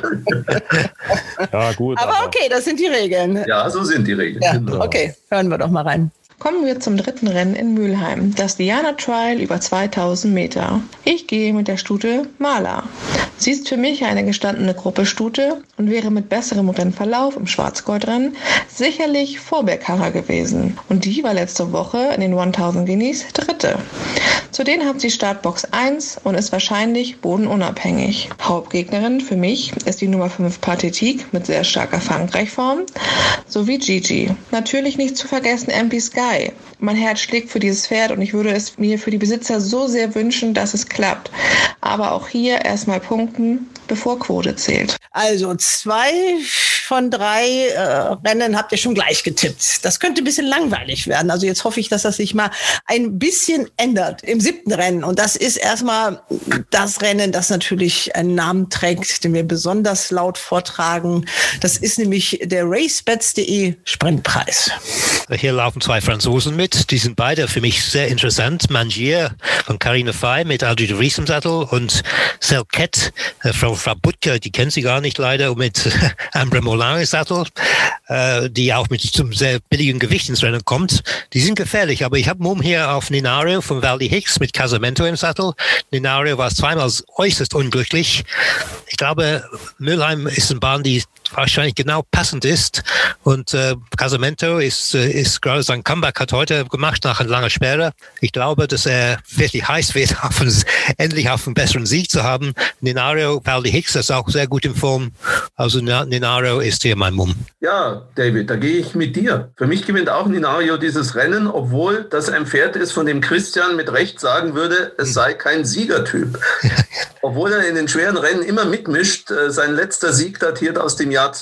Speaker 9: Ja, gut.
Speaker 2: Aber okay, das sind die Regeln.
Speaker 10: Ja, so sind die Regeln.
Speaker 2: Ja, okay, hören wir doch mal rein.
Speaker 8: Kommen wir zum dritten Rennen in Mülheim, das Diana Trial über 2000 Meter. Ich gehe mit der Stute Mahler. Sie ist für mich eine gestandene Gruppe-Stute und wäre mit besserem Rennverlauf im Schwarzgoldrennen sicherlich vor Bergharrer gewesen. Und die war letzte Woche in den 1000 Guineas Dritte. Zudem hat sie Startbox 1 und ist wahrscheinlich bodenunabhängig. Hauptgegnerin für mich ist die Nummer 5 Pathetique mit sehr starker Frankreich-Form sowie Gigi. Natürlich nicht zu vergessen MP Sky. Mein Herz schlägt für dieses Pferd und ich würde es mir für die Besitzer so sehr wünschen, dass es klappt. Aber auch hier erstmal punkten, bevor Quote zählt.
Speaker 2: Also 2 von 3 Rennen habt ihr schon gleich getippt. Das könnte ein bisschen langweilig werden. Also jetzt hoffe ich, dass das sich mal ein bisschen ändert im 7. Rennen. Und das ist erstmal das Rennen, das natürlich einen Namen trägt, den wir besonders laut vortragen. Das ist nämlich der racebets.de Sprintpreis.
Speaker 11: Hier laufen 2 Franzosen mit. Die sind beide für mich sehr interessant. Mangier von Carine Fay mit Algie de Vries im Sattel und Selket, Frau Butker, die kennt sie gar nicht leider, mit Ambre Molin im Sattel, die auch mit zum sehr billigen Gewicht ins Rennen kommt. Die sind gefährlich, aber ich habe Mumm hier auf Ninario von Valdi Hicks mit Casamento im Sattel. Ninario war zweimal äußerst unglücklich. Ich glaube, Mülheim ist eine Bahn, die wahrscheinlich genau passend ist. Und Casamento ist gerade sein Comeback hat heute gemacht nach einer langen Sperre. Ich glaube, dass er wirklich heiß wird, endlich auf einen besseren Sieg zu haben. Ninario, Valdi Hicks ist auch sehr gut in Form. Also Ninario ist hier mein Mumm.
Speaker 10: Ja, David, da gehe ich mit dir. Für mich gewinnt auch Ninario dieses Rennen, obwohl das ein Pferd ist, von dem Christian mit Recht sagen würde, es sei kein Siegertyp. Obwohl er in den schweren Rennen immer mitmischt. Sein letzter Sieg datiert aus dem Jahr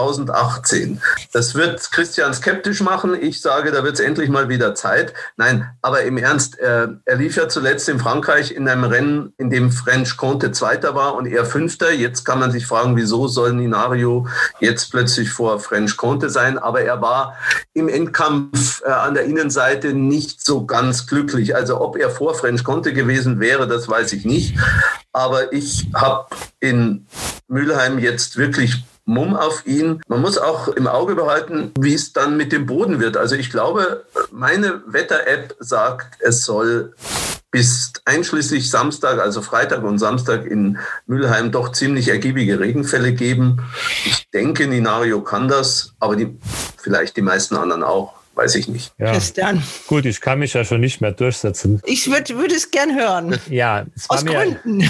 Speaker 10: 2018. Das wird Christian skeptisch machen. Ich sage, da wird es endlich mal wieder Zeit. Nein, aber im Ernst, er lief ja zuletzt in Frankreich in einem Rennen, in dem French Comte Zweiter war und er Fünfter. Jetzt kann man sich fragen, wieso soll Ninario jetzt plötzlich vor French Comte sein? Aber er war im Endkampf an der Innenseite nicht so ganz glücklich. Also ob er vor French Comte gewesen wäre, das weiß ich nicht. Aber ich habe in Mülheim jetzt wirklich Mumm auf ihn. Man muss auch im Auge behalten, wie es dann mit dem Boden wird. Also ich glaube, meine Wetter-App sagt, es soll bis einschließlich Samstag, also Freitag und Samstag in Mülheim doch ziemlich ergiebige Regenfälle geben. Ich denke, Ninario kann das, aber vielleicht die meisten anderen auch. Weiß ich nicht.
Speaker 9: Ja.
Speaker 2: Christian.
Speaker 9: Gut, ich kann mich ja schon nicht mehr durchsetzen.
Speaker 2: Ich würde es gern hören.
Speaker 9: Ja,
Speaker 2: aus Gründen.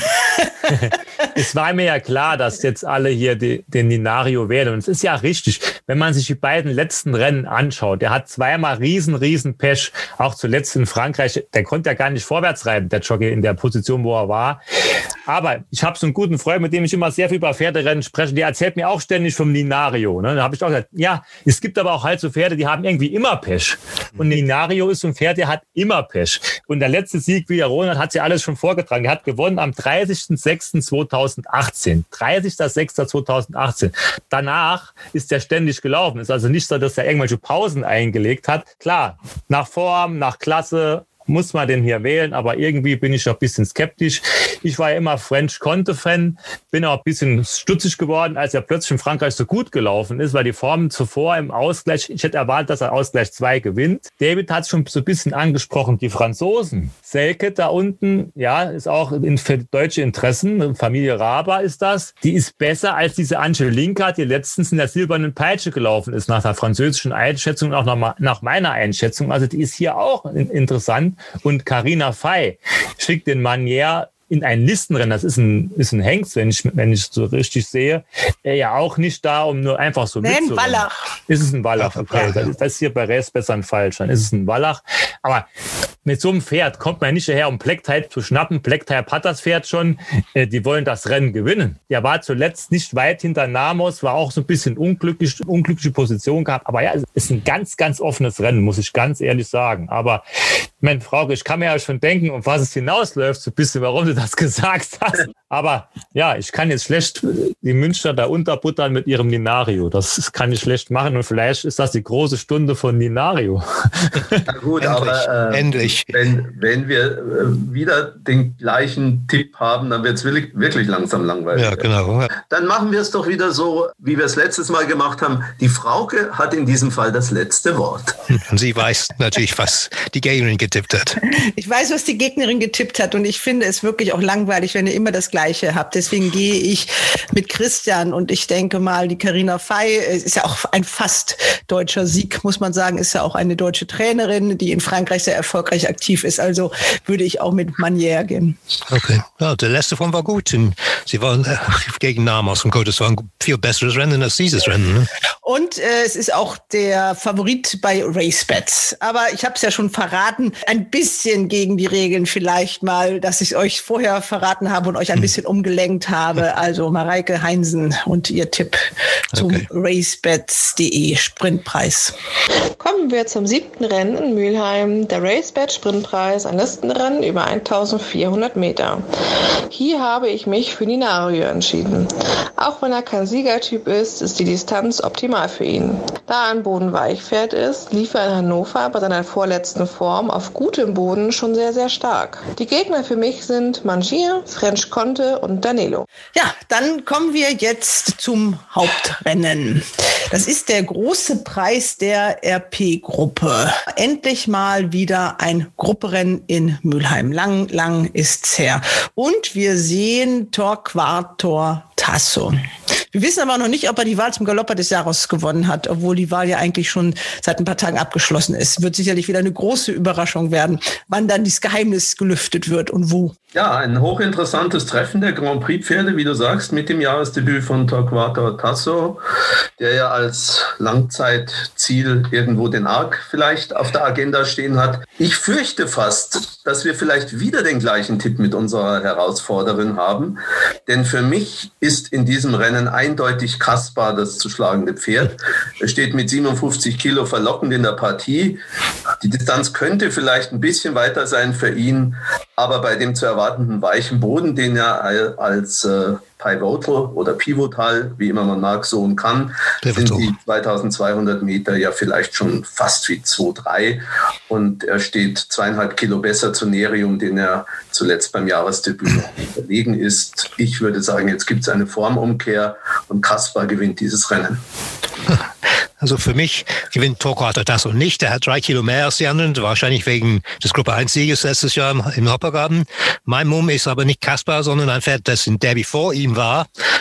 Speaker 9: Es war mir ja klar, dass jetzt alle hier den Ninario wählen. Und es ist ja richtig, wenn man sich die beiden letzten Rennen anschaut. Der hat zweimal riesen Pech, auch zuletzt in Frankreich. Der konnte ja gar nicht vorwärts reiten, der Jockey in der Position, wo er war. Aber ich habe so einen guten Freund, mit dem ich immer sehr viel über Pferderennen spreche. Der erzählt mir auch ständig vom Linario. Ne? Da habe ich auch gesagt, ja, es gibt aber auch halt so Pferde, die haben irgendwie immer Pech. Und Linario ist so ein Pferd, der hat immer Pech. Und der letzte Sieg, wie der Ronald, hat ja alles schon vorgetragen. Er hat gewonnen am 30.06.2018. 30.06.2018. Danach ist er ständig gelaufen. Ist also nicht so, dass er irgendwelche Pausen eingelegt hat. Klar, nach Form, nach Klasse muss man den hier wählen, aber irgendwie bin ich auch ein bisschen skeptisch. Ich war ja immer French Conte-Fan, bin auch ein bisschen stutzig geworden, als er plötzlich in Frankreich so gut gelaufen ist, weil die Formen zuvor im Ausgleich, ich hätte erwartet, dass er Ausgleich 2 gewinnt. David hat es schon so ein bisschen angesprochen, die Franzosen. Selke da unten, ja, ist auch für deutsche Interessen, Familie Raber ist das, die ist besser als diese Angelinka, die letztens in der silbernen Peitsche gelaufen ist, nach der französischen Einschätzung, auch nach meiner Einschätzung. Also die ist hier auch interessant. Und Carina Fey schickt den Manier in ein Listenrennen, das ist ein Hengst, wenn ich so richtig sehe, ja auch nicht da, um nur einfach so mitzurennen.
Speaker 2: Ein Wallach.
Speaker 9: Ist es ein Wallach, okay. Das ist hier bei Race besser falsch, dann ist es ein Wallach. Aber mit so einem Pferd kommt man nicht daher, um Black-Type zu schnappen. Black-Type hat das Pferd schon, die wollen das Rennen gewinnen. Der war zuletzt nicht weit hinter Namos, war auch so ein bisschen unglückliche Position gehabt, aber ja, es ist ein ganz, ganz offenes Rennen, muss ich ganz ehrlich sagen. Aber, meine Frauke, ich kann mir ja schon denken, um was es hinausläuft, so ein bisschen, warum du das gesagt hast. Aber ja, ich kann jetzt schlecht die Münchner da unterbuttern mit ihrem Linario. Das kann ich schlecht machen und vielleicht ist das die große Stunde von Linario.
Speaker 10: Na gut, aber
Speaker 11: endlich.
Speaker 10: Wenn wir wieder den gleichen Tipp haben, dann wird es wirklich langsam langweilig.
Speaker 11: Ja, genau.
Speaker 10: Dann machen wir es doch wieder so, wie wir es letztes Mal gemacht haben. Die Frauke hat in diesem Fall das letzte Wort.
Speaker 11: Und sie weiß natürlich, was die Gegnerin getippt hat.
Speaker 2: Ich weiß, was die Gegnerin getippt hat und ich finde es wirklich auch langweilig, wenn ihr immer das Gleiche habt. Deswegen gehe ich mit Christian und ich denke mal, die Carina Fey ist ja auch ein fast deutscher Sieg, muss man sagen, ist ja auch eine deutsche Trainerin, die in Frankreich sehr erfolgreich aktiv ist. Also würde ich auch mit Manier gehen.
Speaker 11: Okay, ja, der letzte von war gut. Sie waren gegen Namos und Co. Das war ein viel besseres Rennen als dieses Rennen. Ne?
Speaker 2: Und es ist auch der Favorit bei RaceBets. Aber ich habe es ja schon verraten, ein bisschen gegen die Regeln vielleicht mal, dass ich euch vorher verraten habe und euch ein bisschen umgelenkt habe. Also Mareike Heinsen und ihr Tipp zum RaceBets.de Sprintpreis.
Speaker 8: Kommen wir zum 7. Rennen in Mülheim. Der RaceBet Sprintpreis, ein Listenrennen über 1400 Meter. Hier habe ich mich für Linario entschieden. Auch wenn er kein Siegertyp ist, ist die Distanz optimal für ihn. Da er ein Bodenweichpferd ist, lief er in Hannover bei seiner vorletzten Form auf gutem Boden schon sehr, sehr stark. Die Gegner für mich sind Mangier, French Conte und Danilo.
Speaker 2: Ja, dann kommen wir jetzt zum Hauptrennen. Das ist der große Preis der RP-Gruppe. Endlich mal wieder ein Grupperennen in Mülheim. Lang ist's her. Und wir sehen Torquator Tasso. Wir wissen aber noch nicht, ob er die Wahl zum Galopper des Jahres gewonnen hat, obwohl die Wahl ja eigentlich schon seit ein paar Tagen abgeschlossen ist. Wird sicherlich wieder eine große Überraschung werden, wann dann dieses Geheimnis gelüftet wird und wo.
Speaker 10: Ja, ein hochinteressantes Treffen der Grand Prix-Pferde, wie du sagst, mit dem Jahresdebüt von Torquator Tasso, der ja als Langzeitziel irgendwo den Arc vielleicht auf der Agenda stehen hat. Ich fürchte fast, dass wir vielleicht wieder den gleichen Tipp mit unserer Herausforderin haben, denn für mich ist in diesem Rennen eindeutig Kaspar das zu schlagende Pferd. Er steht mit 57 Kilo verlockend in der Partie. Die Distanz könnte vielleicht ein bisschen weiter sein für ihn, aber bei dem zu erwartenden weichen Boden, den er als Pivotal oder Pivotal, wie immer man mag, so kann, sind die 2200 Meter ja vielleicht schon fast wie 2,3 und er steht 2,5 Kilo besser zu Nerium, den er zuletzt beim Jahresdebüt überlegen ist. Ich würde sagen, jetzt gibt es eine Formumkehr und Kaspar gewinnt dieses Rennen.
Speaker 11: Also für mich gewinnt Torquator Tasso nicht. Er hat 3 Kilo mehr als die anderen, wahrscheinlich wegen des Gruppe 1-Sieges letztes Jahr im Hoppergarten. Mein Mumm ist aber nicht Kaspar, sondern ein Pferd, das in Derby vor ihm war,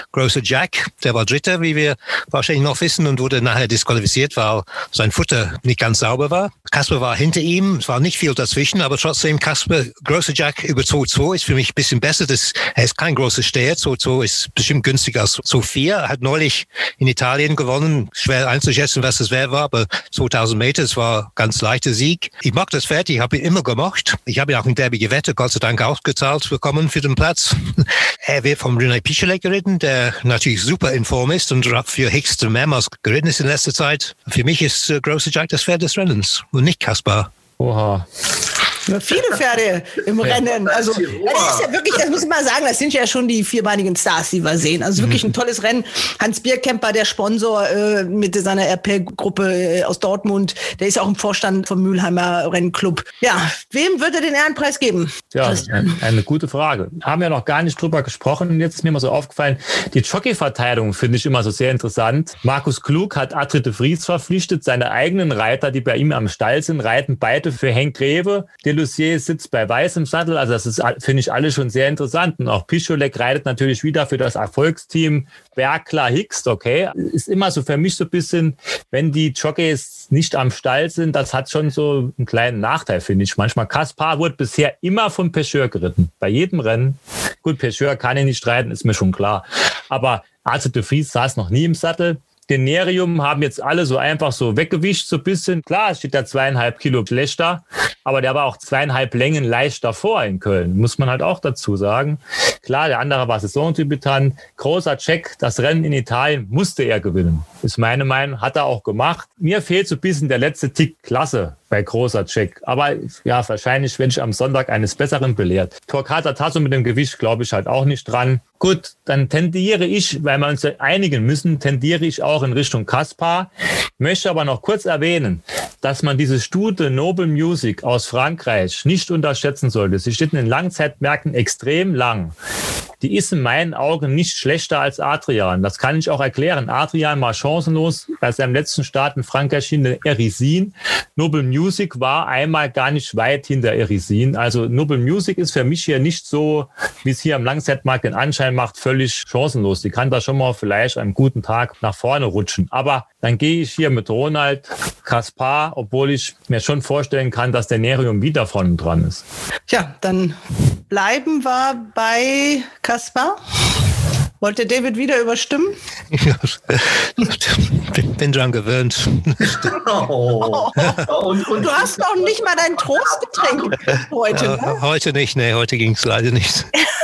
Speaker 11: großer Jack, der war Dritter, wie wir wahrscheinlich noch wissen, und wurde nachher disqualifiziert, weil sein Futter nicht ganz sauber war. Kasper war hinter ihm, es war nicht viel dazwischen, aber trotzdem Kasper, großer Jack über 2,2 ist für mich ein bisschen besser. Er ist kein großer Steher, 2,2 ist bestimmt günstiger als 2,4. Er hat neulich in Italien gewonnen, schwer einzuschätzen, was das wert war, aber 2000 Meter, es war ganz leichter Sieg. Ich mag das Pferd, ich habe ihn immer gemocht. Ich habe ihn auch in Derby gewettet, Gott sei Dank ausgezahlt bekommen für den Platz. Er wird von René Pichelet geritten, der natürlich super in Form ist und für Hicks mehrmals geritten ist in letzter Zeit. Für mich ist großer Jack das Pferd des Rennens und nicht Kaspar.
Speaker 9: Oha.
Speaker 2: Viele Pferde im Rennen. Also, das ist ja wirklich, das muss ich mal sagen, das sind ja schon die vierbeinigen Stars, die wir sehen. Also wirklich ein tolles Rennen. Hans Bierkemper, der Sponsor mit seiner RP-Gruppe aus Dortmund, der ist auch im Vorstand vom Mülheimer Rennclub. Ja, wem würde den Ehrenpreis geben?
Speaker 9: Ja, eine gute Frage. Haben wir noch gar nicht drüber gesprochen. Jetzt ist mir mal so aufgefallen, die Jockey-Verteilung finde ich immer so sehr interessant. Markus Klug hat Astrid de Vries verpflichtet. Seine eigenen Reiter, die bei ihm am Stall sind, reiten beide für Henk Greve. Delussier sitzt bei Weiß im Sattel, also das ist, finde ich, alles schon sehr interessant. Und auch Picholet reitet natürlich wieder für das Erfolgsteam Bergler Hicks, okay. Ist immer so für mich so ein bisschen, wenn die Jockeys nicht am Stall sind, das hat schon so einen kleinen Nachteil, finde ich. Manchmal Kaspar wurde bisher immer von Pecheur geritten, bei jedem Rennen. Gut, Pecheur kann ihn nicht reiten, ist mir schon klar. Aber Astrid de Vries saß noch nie im Sattel. Den Nerium haben jetzt alle so einfach so weggewischt, so ein bisschen. Klar, steht da 2,5 Kilo schlechter, aber der war auch 2,5 Längen leichter vor in Köln, muss man halt auch dazu sagen. Klar, der andere war Saisondebütant. Großer Check, das Rennen in Italien musste er gewinnen. Ist meine Meinung, hat er auch gemacht. Mir fehlt so ein bisschen der letzte Tick Klasse bei großer Check. Aber ja, wahrscheinlich werde ich am Sonntag eines Besseren belehrt. Torquato Tasso mit dem Gewicht glaube ich halt auch nicht dran. Gut, dann tendiere ich, weil wir uns einigen müssen, tendiere ich auch in Richtung Kaspar. Möchte aber noch kurz erwähnen, dass man diese Stute Noble Music aus Frankreich nicht unterschätzen sollte. Sie steht in den Langzeitmärkten extrem lang. Die ist in meinen Augen nicht schlechter als Adrian. Das kann ich auch erklären. Adrian war chancenlos bei seinem letzten Start in Frankreich hinter Erisin. Noble Music war einmal gar nicht weit hinter Erisin. Also Noble Music ist für mich hier nicht so, wie es hier am Langzeitmarkt den Anschein macht, völlig chancenlos. Die kann da schon mal vielleicht an einem guten Tag nach vorne rutschen. Aber dann gehe ich hier mit Ronald Kaspar, obwohl ich mir schon vorstellen kann, dass der Nerium wieder vorne dran ist.
Speaker 2: Ja, dann bleiben wir bei Kaspar. Wollte David wieder überstimmen?
Speaker 11: Bin dran gewöhnt.
Speaker 2: Und du hast noch nicht mal dein Trostgetränk heute, ne?
Speaker 11: Heute nicht, nee, heute ging es leider nicht.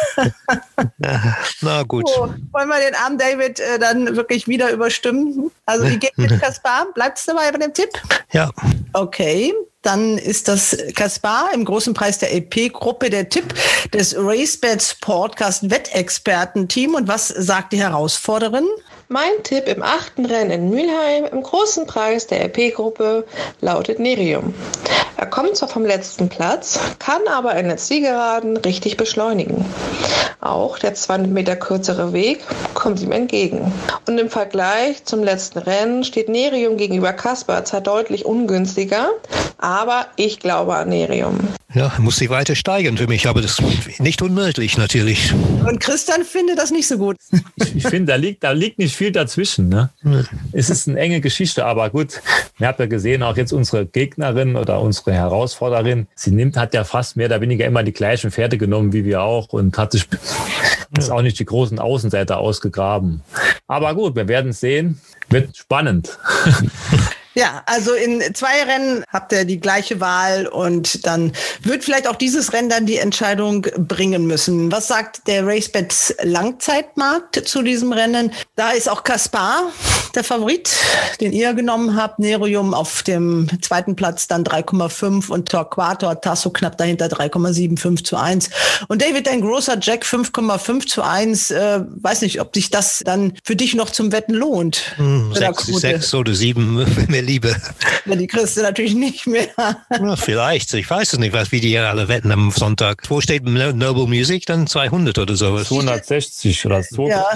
Speaker 11: Na gut.
Speaker 2: So, wollen wir den armen David dann wirklich wieder überstimmen? Also wie geht mit Kaspar? Bleibst du dabei bei dem Tipp?
Speaker 11: Ja.
Speaker 2: Okay. Dann ist das Kaspar im großen Preis der EP-Gruppe der Tipp des RaceBets Podcast Wettexperten-Team. Und was sagt die Herausforderin?
Speaker 8: Mein Tipp im 8. Rennen in Mülheim im großen Preis der EP-Gruppe lautet Nerium. Er kommt zwar vom letzten Platz, kann aber in der Zielgeraden richtig beschleunigen. Auch der 200 Meter kürzere Weg kommt ihm entgegen. Und im Vergleich zum letzten Rennen steht Nerium gegenüber Kaspar zwar deutlich ungünstiger, aber ich glaube an Nerium.
Speaker 11: Ja, muss sie weiter steigern für mich, aber das ist nicht unmöglich natürlich.
Speaker 2: Und Christian findet das nicht so gut.
Speaker 9: Ich finde, da liegt nicht viel dazwischen. Ne? Es ist eine enge Geschichte, aber gut. Ihr habt ja gesehen, auch jetzt unsere Gegnerin oder unsere Herausforderin, hat ja fast mehr oder weniger immer die gleichen Pferde genommen wie wir auch und hat sich ist auch nicht die großen Außenseiter ausgegraben. Aber gut, wir werden es sehen. Wird spannend.
Speaker 2: Ja, also in 2 Rennen habt ihr die gleiche Wahl und dann wird vielleicht auch dieses Rennen dann die Entscheidung bringen müssen. Was sagt der RaceBets Langzeitmarkt zu diesem Rennen? Da ist auch Kaspar der Favorit, den ihr genommen habt. Nerium auf dem 2. Platz dann 3,5 und Torquato Tasso knapp dahinter 3,75:1. Und David, ein großer Jack 5,5:1. Weiß nicht, ob sich das dann für dich noch zum Wetten lohnt.
Speaker 11: 6 oder 7, wenn wir Liebe.
Speaker 2: Ja, die kriegst du natürlich nicht mehr.
Speaker 11: Ja, vielleicht, ich weiß es nicht, wie die alle wetten am Sonntag. Wo steht Noble Music? Dann 200 oder sowas.
Speaker 9: 260 oder so.
Speaker 2: Ja,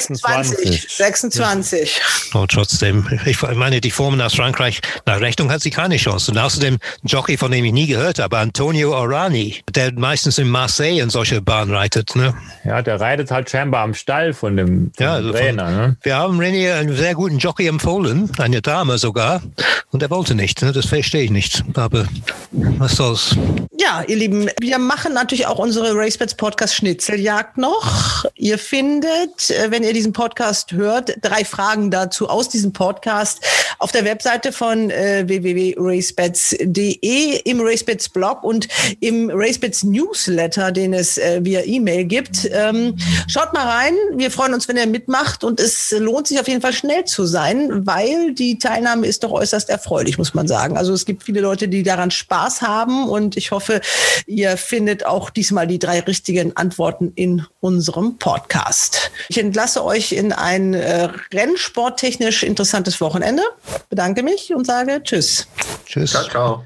Speaker 2: 26.
Speaker 11: Oh, trotzdem. Ich meine, die Formen aus Frankreich, nach Rechnung hat sie keine Chance. Und außerdem ein Jockey, von dem ich nie gehört habe, Antonio Orani, der meistens in Marseille in solche Bahnen reitet. Ne?
Speaker 9: Ja, der reitet halt scheinbar am Stall von dem Trainer. Ne?
Speaker 11: Wir haben Renier einen sehr guten Jockey empfohlen, eine Dame sogar, und er wollte nicht. Ne? Das verstehe ich nicht. Aber was soll's.
Speaker 2: Ja, ihr Lieben, wir machen natürlich auch unsere RaceBets Podcast Schnitzeljagd noch. Ihr findet, wenn ihr diesen Podcast hört, 3 Fragen dazu aus diesem Podcast auf der Webseite von www.racebets.de, im RaceBets Blog und im RaceBets Newsletter, den es via E-Mail gibt. Schaut mal rein. Wir freuen uns, wenn ihr mitmacht, und es lohnt sich auf jeden Fall schnell zu sein, weil die Teilnahme ist doch äußerst erfreulich, muss man sagen. Also es gibt viele Leute, die daran Spaß haben, und ich hoffe, ihr findet auch diesmal die 3 richtigen Antworten in unserem Podcast. Ich entlasse euch in ein rennsporttechnisch interessantes Wochenende, bedanke mich und sage Tschüss.
Speaker 11: Tschüss.
Speaker 10: Ciao.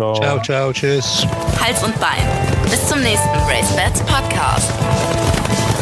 Speaker 11: Ciao, tschüss.
Speaker 1: Hals und Bein. Bis zum nächsten RaceBets Podcast.